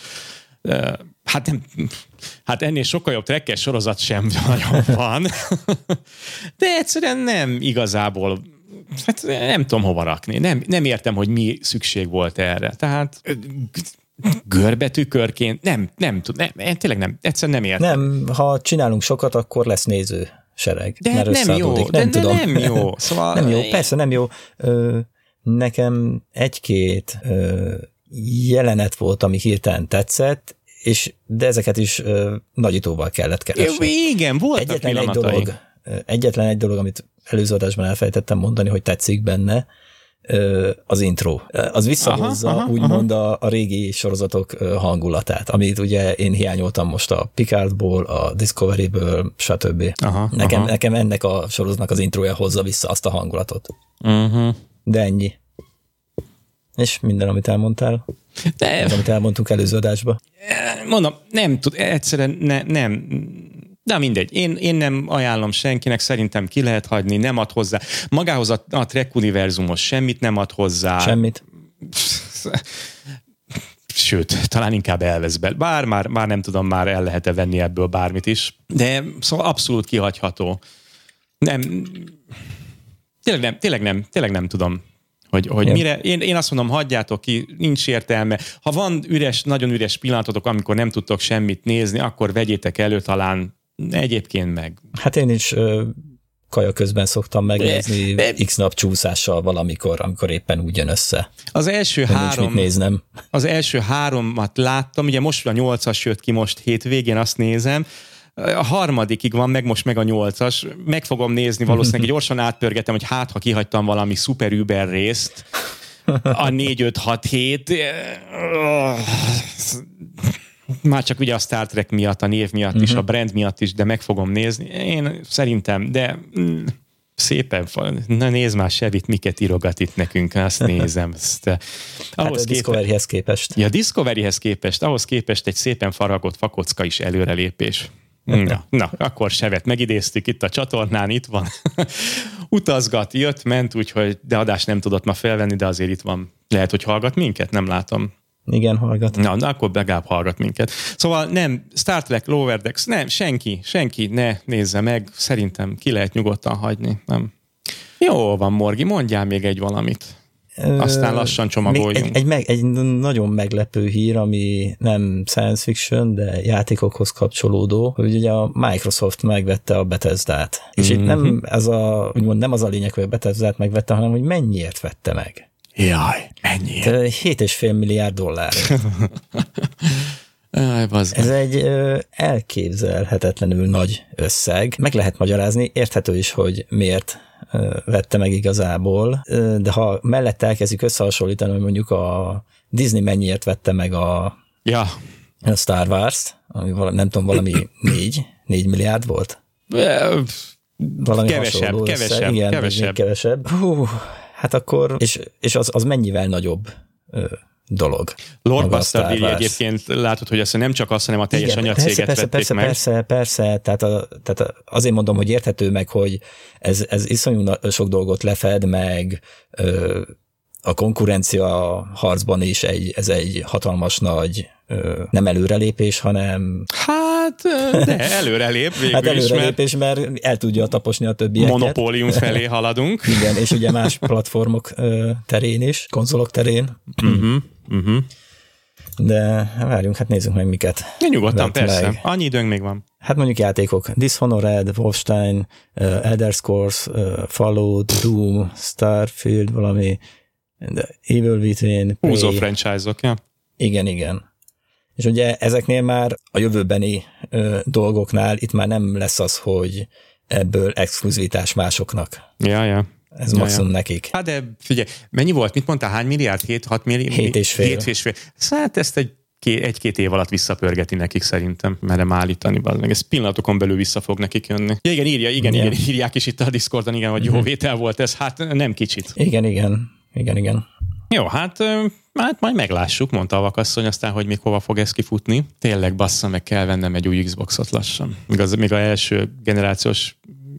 Hát ennél sokkal jobb trekkes sorozat sem nagyon van. De egyszerűen nem igazából, hát nem tudom hova rakni. Nem értem, hogy mi szükség volt erre. Tehát görbetűkörként tényleg nem, egyszerűen nem értem. Nem, ha csinálunk sokat, akkor lesz néző sereg. De nem jó, nem jó. Szóval nem jó, persze nem jó. Nekem egy-két jelenet volt, ami hirtelen tetszett, de ezeket is nagyítóval kellett keresni. Igen, voltak pillanatai. Egyetlen egy dolog, amit előző adásban elfelejtettem mondani, hogy tetszik benne, az intro. Az visszahozza úgymond a régi sorozatok hangulatát, amit ugye én hiányoltam most a Picardból, a Discoveryből, stb. Nekem ennek a sorozatnak az introja hozza vissza azt a hangulatot. De ennyi. És minden, amit elmondtál. Amit elmondtunk előző adásba. Mondom, nem tud, egyszerűen nem. De mindegy, én nem ajánlom senkinek, szerintem ki lehet hagyni, nem ad hozzá. Magához a Trek univerzumhoz semmit nem ad hozzá. Semmit. Sőt, talán inkább elvesz be. Bár már nem tudom, már el lehet-e venni ebből bármit is. De szóval abszolút kihagyható. Tényleg nem tudom, hogy mire. Én azt mondom, hagyjátok ki, nincs értelme. Ha van nagyon üres pillanatotok, amikor nem tudtok semmit nézni, akkor vegyétek elő talán egyébként meg. Hát én is kaja közben szoktam megnézni x nap csúszással valamikor, amikor éppen úgy jön össze. Az első háromat láttam, ugye most a 8-as jött ki most hétvégén, azt nézem, a harmadikig van, most meg a 8-as. Meg fogom nézni, valószínűleg gyorsan átpörgetem, hogy ha kihagytam valami szuper über részt, a 4-5-6-7. Már csak ugye a Star Trek miatt, a név miatt is, a brand miatt is, de meg fogom nézni. Én szerintem, de szépen, na nézd már, Sevit, miket írogat itt nekünk, azt nézem. Hát a Discoveryhez képest. Ja, Discoveryhez képest, ahhoz képest egy szépen faragott fakocka is előrelépés. Na, akkor Sevet megidéztük itt a csatornán, itt van. Utazgat, jött, ment, úgyhogy de adást nem tudott ma felvenni, de azért itt van. Lehet, hogy hallgat minket? Nem látom. Igen, hallgat. Na, akkor legalább hallgat minket. Szóval nem, Star Trek, Lower Decks, nem, senki ne nézze meg, szerintem ki lehet nyugodtan hagyni. Nem. Jó van, Morgi, mondjál még egy valamit. Aztán lassan csomagoljunk. Egy nagyon meglepő hír, ami nem science fiction, de játékokhoz kapcsolódó, hogy ugye a Microsoft megvette a Bethesdát. És itt nem úgymond nem az a lényeg, hogy a Bethesdát megvette, hanem hogy mennyiért vette meg. Jaj, mennyiért? $7,5 milliárd. Ez egy elképzelhetetlenül nagy összeg. Meg lehet magyarázni, érthető is, hogy miért vette meg igazából, de ha mellett elkezdjük összehasonlítani, hogy mondjuk a Disney mennyiért vette meg a Star Wars-t, ami nem tudom, valami 4 milliárd volt? Valami kevesebb. Hát akkor, és az mennyivel nagyobb dolog. Lord Bastard egyébként látod, hogy ezt nem csak azt, hanem a teljes anyacéget vették meg. Persze, tehát azért mondom, hogy érthető meg, hogy ez iszonyú sok dolgot lefed, meg a konkurencia harcban is ez egy hatalmas nagy nem előrelépés, hanem... Hát, de előrelép végül hát előrelépés, mert el tudja taposni a többieket. Monopólium felé haladunk. Igen, és ugye más platformok terén is, konzolok terén. De várjunk, hát nézzük meg miket. Nyugodtan, persze. Meg. Annyi időnk még van. Hát mondjuk játékok. Dishonored, Wolfenstein, Elder Scrolls, Fallout, Doom, Starfield, valami Evil Within. Húzó franchise-ok, ja. Igen. És ugye ezeknél már a jövőbeni dolgoknál itt már nem lesz az, hogy ebből exkluzivitás másoknak. Ja. Ez maximum nekik. Hát de figyelj, mennyi volt? Mit mondtál? Hány milliárd? 7-6 milliárd? 7,5. Hát ezt egy-két év alatt visszapörgeti nekik szerintem, merem állítani. Meg ez pillanatokon belül vissza fog nekik jönni. Ja, igen, írják is itt a Discordon, igen, hogy jó vétel volt ez. Hát nem kicsit. Igen. Jó, hát majd meglássuk, mondta a vakasszony, aztán, hogy még hova fog ez kifutni. Tényleg bassza, meg kell vennem egy új Xboxot lassan. Még az első generációs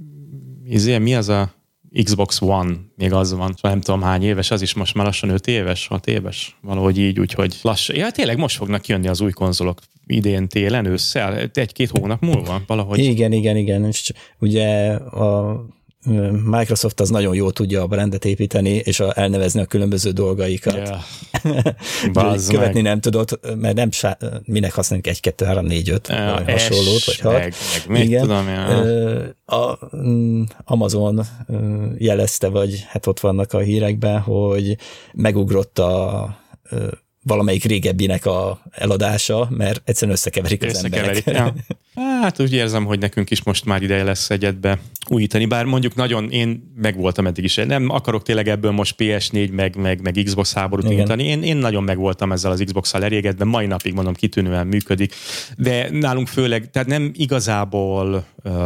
mi az a Xbox One, még az van, nem tudom hány éves, az is most már lassan 5 éves, 6 éves, valahogy így, úgyhogy lassan. Ja, tényleg most fognak jönni az új konzolok idén, télen, ősszel, 1-2 hónap múlva valahogy. Igen. És ugye a Microsoft az nagyon jól tudja a brandet építeni, és elnevezni a különböző dolgaikat. Yeah. Követni nem tudod, mert nem minek használunk 1, 2, 3, 4, 5 hasonlót, vagy 6. Meg igen. Tudom, a Amazon jelezte, vagy hát ott vannak a hírekben, hogy megugrott a valamelyik régebbinek a eladása, mert egyszerűen összekeverik az emberek. Ja. Hát úgy érzem, hogy nekünk is most már ideje lesz egyetbe újítani, bár mondjuk nagyon én megvoltam eddig is. Nem akarok tényleg ebből most PS4 meg Xbox háborút indítani. Én nagyon megvoltam ezzel az Xbox-szal elégedve, mai napig mondom kitűnően működik, de nálunk főleg, tehát nem igazából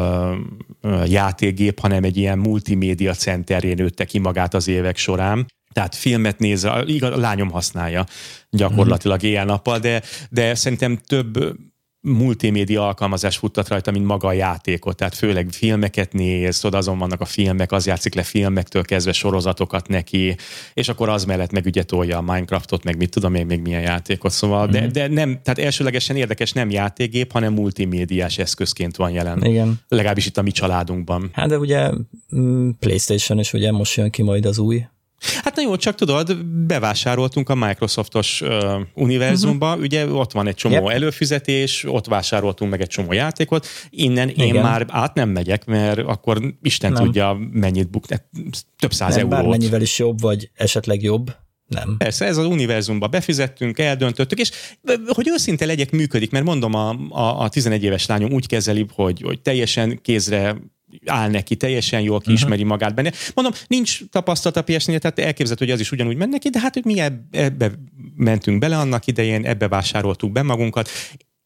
játékgép, hanem egy ilyen multimédia centerén nőtte ki magát az évek során. Tehát filmet néz, a lányom használja gyakorlatilag éjjel-nappal, de szerintem több multimédia alkalmazás futtat rajta, mint maga a játékot. Tehát főleg filmeket néz, azon vannak a filmek, az játszik le filmektől kezdve sorozatokat neki, és akkor az mellett meg ugye tolja a Minecraftot, meg mit tudom én még milyen játékot. Szóval, de nem, tehát elsőlegesen érdekes nem játékgép, hanem multimédiás eszközként van jelen. Igen. Legalábbis itt a mi családunkban. Hát de ugye PlayStation is ugye most jön ki majd az új. Hát na jó, csak tudod, bevásároltunk a Microsoftos univerzumba, ugye ott van egy csomó előfizetés, ott vásároltunk meg egy csomó játékot, innen én már át nem megyek, mert akkor Isten tudja mennyit több száz eurót. Bármennyivel is jobb, vagy esetleg jobb. Nem. Persze, ez az univerzumba befizettünk, eldöntöttük, és hogy őszinte legyek, működik, mert mondom, a 11 éves lányom úgy kezeli, hogy teljesen kézre áll neki, teljesen jól kiismeri magát benne. Mondom, nincs tapasztalata PS4, tehát elképzelhető, hogy az is ugyanúgy ment neki, de hát mi ebbe mentünk bele annak idején, ebbe vásároltuk be magunkat.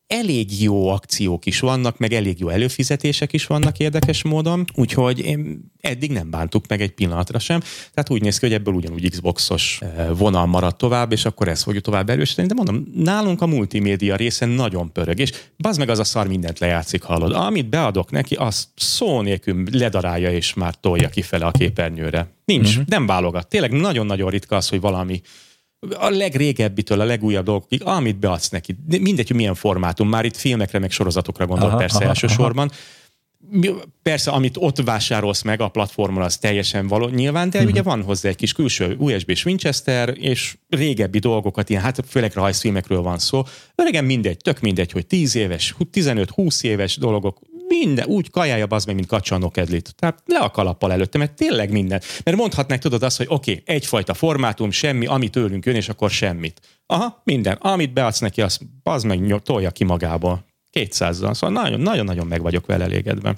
elég jó akciók is vannak, meg elég jó előfizetések is vannak érdekes módon, úgyhogy én eddig nem bántuk meg egy pillanatra sem. Tehát úgy néz ki, hogy ebből ugyanúgy Xboxos vonal maradt tovább, és akkor ezt fogjuk tovább erősíteni. De mondom, nálunk a multimédia része nagyon pörög, és bazd meg az a szar mindent lejátszik, hallod. Amit beadok neki, az szó nélkül ledarálja, és már tolja kifele a képernyőre. Nincs, nem válogat. Tényleg nagyon-nagyon ritka az, hogy valami a legrégebbitől a legújabb dolgokig, amit beadsz neki. Mindegy, hogy milyen formátum. Már itt filmekre, meg sorozatokra gondol elsősorban. Persze, amit ott vásárolsz meg a platformon, az teljesen való nyilván, de ugye van hozzá egy kis külső USB-s Winchester, és régebbi dolgokat, ilyen, hát főleg rajzfilmekről van szó. Öregen mindegy, tök mindegy, hogy 10 éves, 15-20 éves dolgok, minden úgy kajálja az meg, mint kacsa a nokedlit. Tehát le a kalappal előtte, mert tényleg minden. Mert mondhatnák, tudod azt, hogy oké, egyfajta formátum, semmi, ami tőlünk jön, és akkor semmit. Aha, minden. Amit beadsz neki, az meg tolja ki magából. 200-zal. Szóval nagyon-nagyon meg vagyok vele elégedve.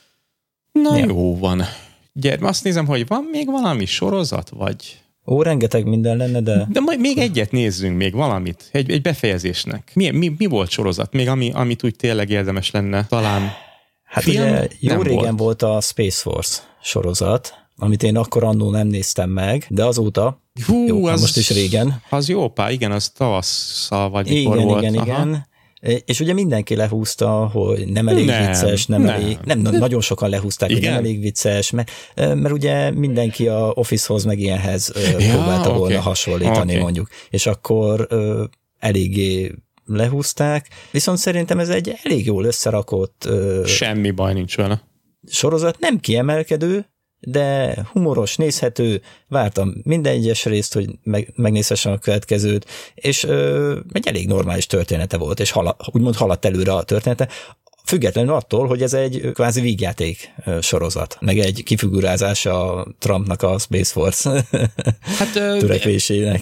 Na jó van. Gyere, azt nézem, hogy van még valami sorozat, vagy... Rengeteg minden lenne, de... De majd még egyet nézzünk, még valamit. Egy befejezésnek. Mi volt sorozat? Még amit úgy tényleg érdemes lenne talán... Hát film? Ugye jó régen volt a Space Force sorozat, amit én akkor annó nem néztem meg, de azóta, most is régen. Az jó pár, igen, az tavasszal vagy mikor volt. Igen. És ugye mindenki lehúzta, hogy nem elég vicces, nem, nagyon sokan lehúzták, hogy nem elég vicces, mert ugye mindenki a Office-hoz meg ilyenhez próbálta volna hasonlítani mondjuk. És akkor eléggé lehúzták, viszont szerintem ez egy elég jól összerakott semmi baj nincs vele. Sorozat, nem kiemelkedő, de humoros, nézhető, vártam minden egyes részt, hogy megnézhessem a következőt, és egy elég normális története volt, és úgymond haladt előre a története, függetlenül attól, hogy ez egy kvázi vígjáték sorozat, meg egy kifigurázás a Trumpnak a Space Force törekvésének.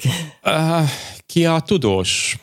Ki a tudós?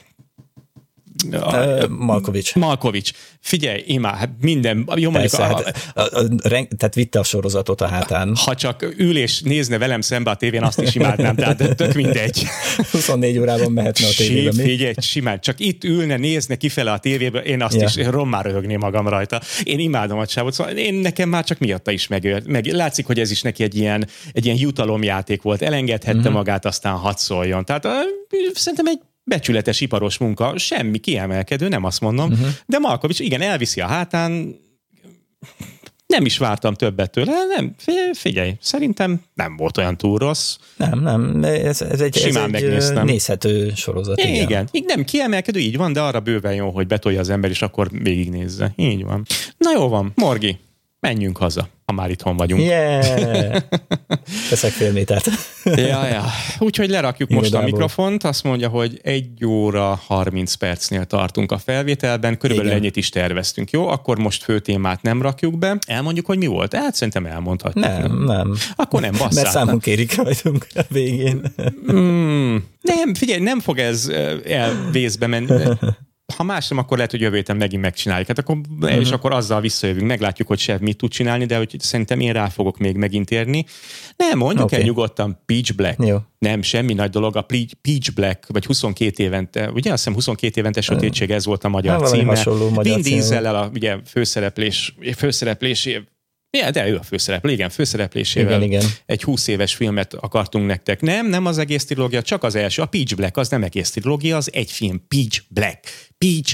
Malkovics. Figyelj, imád, minden... Jó, persze, tehát vitte a sorozatot a hátán. Ha csak ül és nézne velem szembe a tévén, azt is imádnám, tehát tök mindegy. 24 órában mehetne a tévébe. Figyelj, simán, csak itt ülne, nézne kifele a tévébe, én azt is rommá röhögném magam rajta. Én imádom a csávot, szóval nekem már csak miatta is meg látszik, hogy ez is neki egy ilyen jutalomjáték volt, elengedhette magát, aztán hadd szóljon. Tehát szerintem egy becsületes iparos munka, semmi kiemelkedő, nem azt mondom, de Malkovics, igen, elviszi a hátán, nem is vártam többet tőle, nem, figyelj, szerintem nem volt olyan túl rossz. Nem, ez egy nézhető sorozat. Igen, nem kiemelkedő, így van, de arra bőven jó, hogy betolja az ember, és akkor végignézze. Így van. Na jó van, Morgi, menjünk haza, ha már itthon vagyunk. Teszek fél métert. Ja. Úgyhogy lerakjuk most a mikrofont, azt mondja, hogy 1 óra 30 percnél tartunk a felvételben, körülbelül ennyit is terveztünk. Jó, akkor most fő témát nem rakjuk be. Elmondjuk, hogy mi volt? Hát szerintem elmondhatjuk. Nem. Akkor nem basszál. Mert számon kérik rajtunk a végén. Nem, figyelj, nem fog ez elvészbe menni. Ha más nem, akkor lehet, hogy jövő héten megint megcsináljuk. Hát akkor, és akkor azzal visszajövünk. Meglátjuk, hogy Sev mit tud csinálni, de hogy szerintem én rá fogok még megint érni. Nem, mondjuk el nyugodtan Pitch Black. Jó. Nem, semmi nagy dolog. A Pitch Black, vagy 22 évente, ugye azt hiszem 22 évente sötétség, ez volt a magyar címe. Vin Diesellel ugye főszereplésével. Ja, de ő a főszereplő, igen, főszereplésével igen. Egy 20 éves filmet akartunk nektek. Nem az egész trilógia, csak az első. A Pitch Black az nem egész trilógia, az egy film. Pitch Black.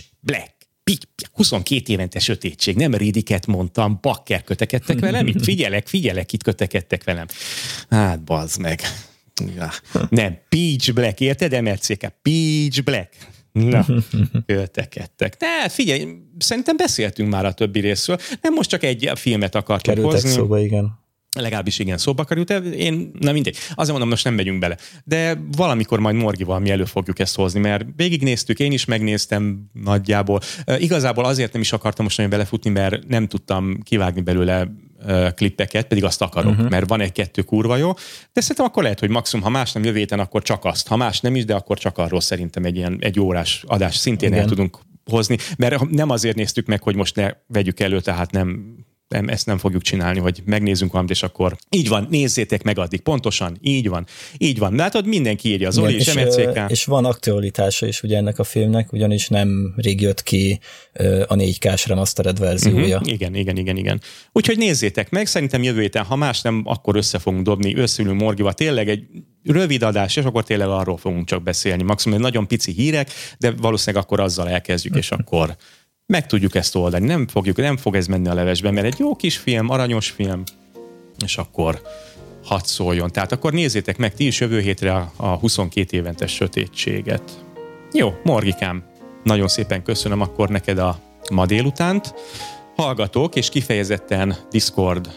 22 évente sötétség. Nem Ridiket mondtam, bakker kötekedtek velem. Itt figyelek, itt kötekedtek velem. Hát, bazd meg. Nem, Pitch Black, érted? MRCK, Pitch Black. Na, kötekedtek. Tehát figyelj, szerintem beszéltünk már a többi részről. Nem most csak egy filmet akartunk kerültek hozni. Szóba, igen. Legalábbis igen, szóba került. Na mindegy. Azért mondom, most nem megyünk bele. De valamikor majd Morgival mi elő fogjuk ezt hozni, mert végignéztük, én is megnéztem nagyjából. Igazából azért nem is akartam most nagyon belefutni, mert nem tudtam kivágni belőle klippeket, pedig azt akarok, mert van 1-2 kurva jó, de szerintem akkor lehet, hogy maximum, ha más nem jövő héten, akkor csak azt. Ha más nem is, de akkor csak arról szerintem egy órás adás szintén el tudunk hozni, mert nem azért néztük meg, hogy most ne vegyük elő, tehát nem ezt nem fogjuk csinálni, hogy megnézzünk valamit, és akkor így van, nézzétek meg addig, pontosan, így van. Látod, mindenki írja, Zoli és MCK. És van aktualitása is ugye ennek a filmnek, ugyanis nem rég jött ki a 4K-s remastered verziója. Igen. Úgyhogy nézzétek meg, szerintem jövő héten, ha más nem, akkor össze fogunk dobni, összeülünk Morgival, tényleg egy rövid adás, és akkor tényleg arról fogunk csak beszélni. Maximum nagyon pici hírek, de valószínűleg akkor azzal elkezdjük, és akkor meg tudjuk ezt oldani. Nem fog ez menni a levesbe, mert egy jó kis film, aranyos film, és akkor hadd szóljon. Tehát akkor nézzétek meg ti is jövő hétre a 22 éventes sötétséget. Jó, Morgikám, nagyon szépen köszönöm akkor neked a ma délutánt. Hallgatók, és kifejezetten Discord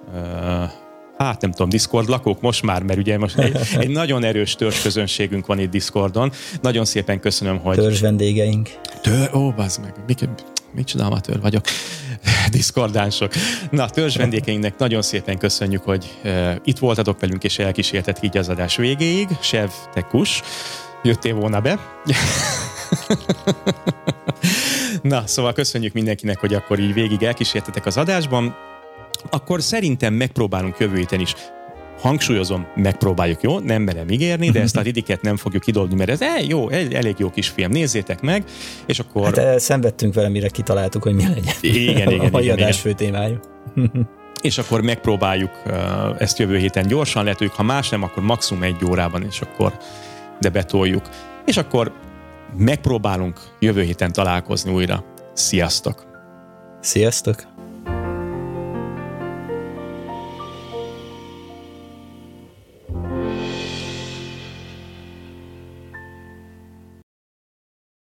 Discord lakók most már, mert ugye most egy nagyon erős törzsközönségünk van itt Discordon. Nagyon szépen köszönöm, hogy... Törzs vendégeink. Bazd meg, micsoda amatőr vagyok. Diszkordánsok. Na, törzs vendégeinknek nagyon szépen köszönjük, hogy itt voltatok velünk, és elkísértetek így az adás végéig. Sev, te kus, jöttél volna be. Na, szóval köszönjük mindenkinek, hogy akkor így végig elkísértetek az adásban. Akkor szerintem megpróbálunk jövő héten is. Hangsúlyozom, megpróbáljuk, jó? Nem merem ígérni, de ezt a Ridiket nem fogjuk kidobni, mert ez elég jó kis film. Nézzétek meg, és akkor... Hát szenvedtünk vele, mire kitaláltuk, hogy mi legyen. Igen. A mai adás fő témája. És akkor megpróbáljuk ezt jövő héten gyorsan letőjük, ha más nem, akkor maximum 1 órában, és akkor de betoljuk. És akkor megpróbálunk jövő héten találkozni újra. Sziasztok! Sziasztok!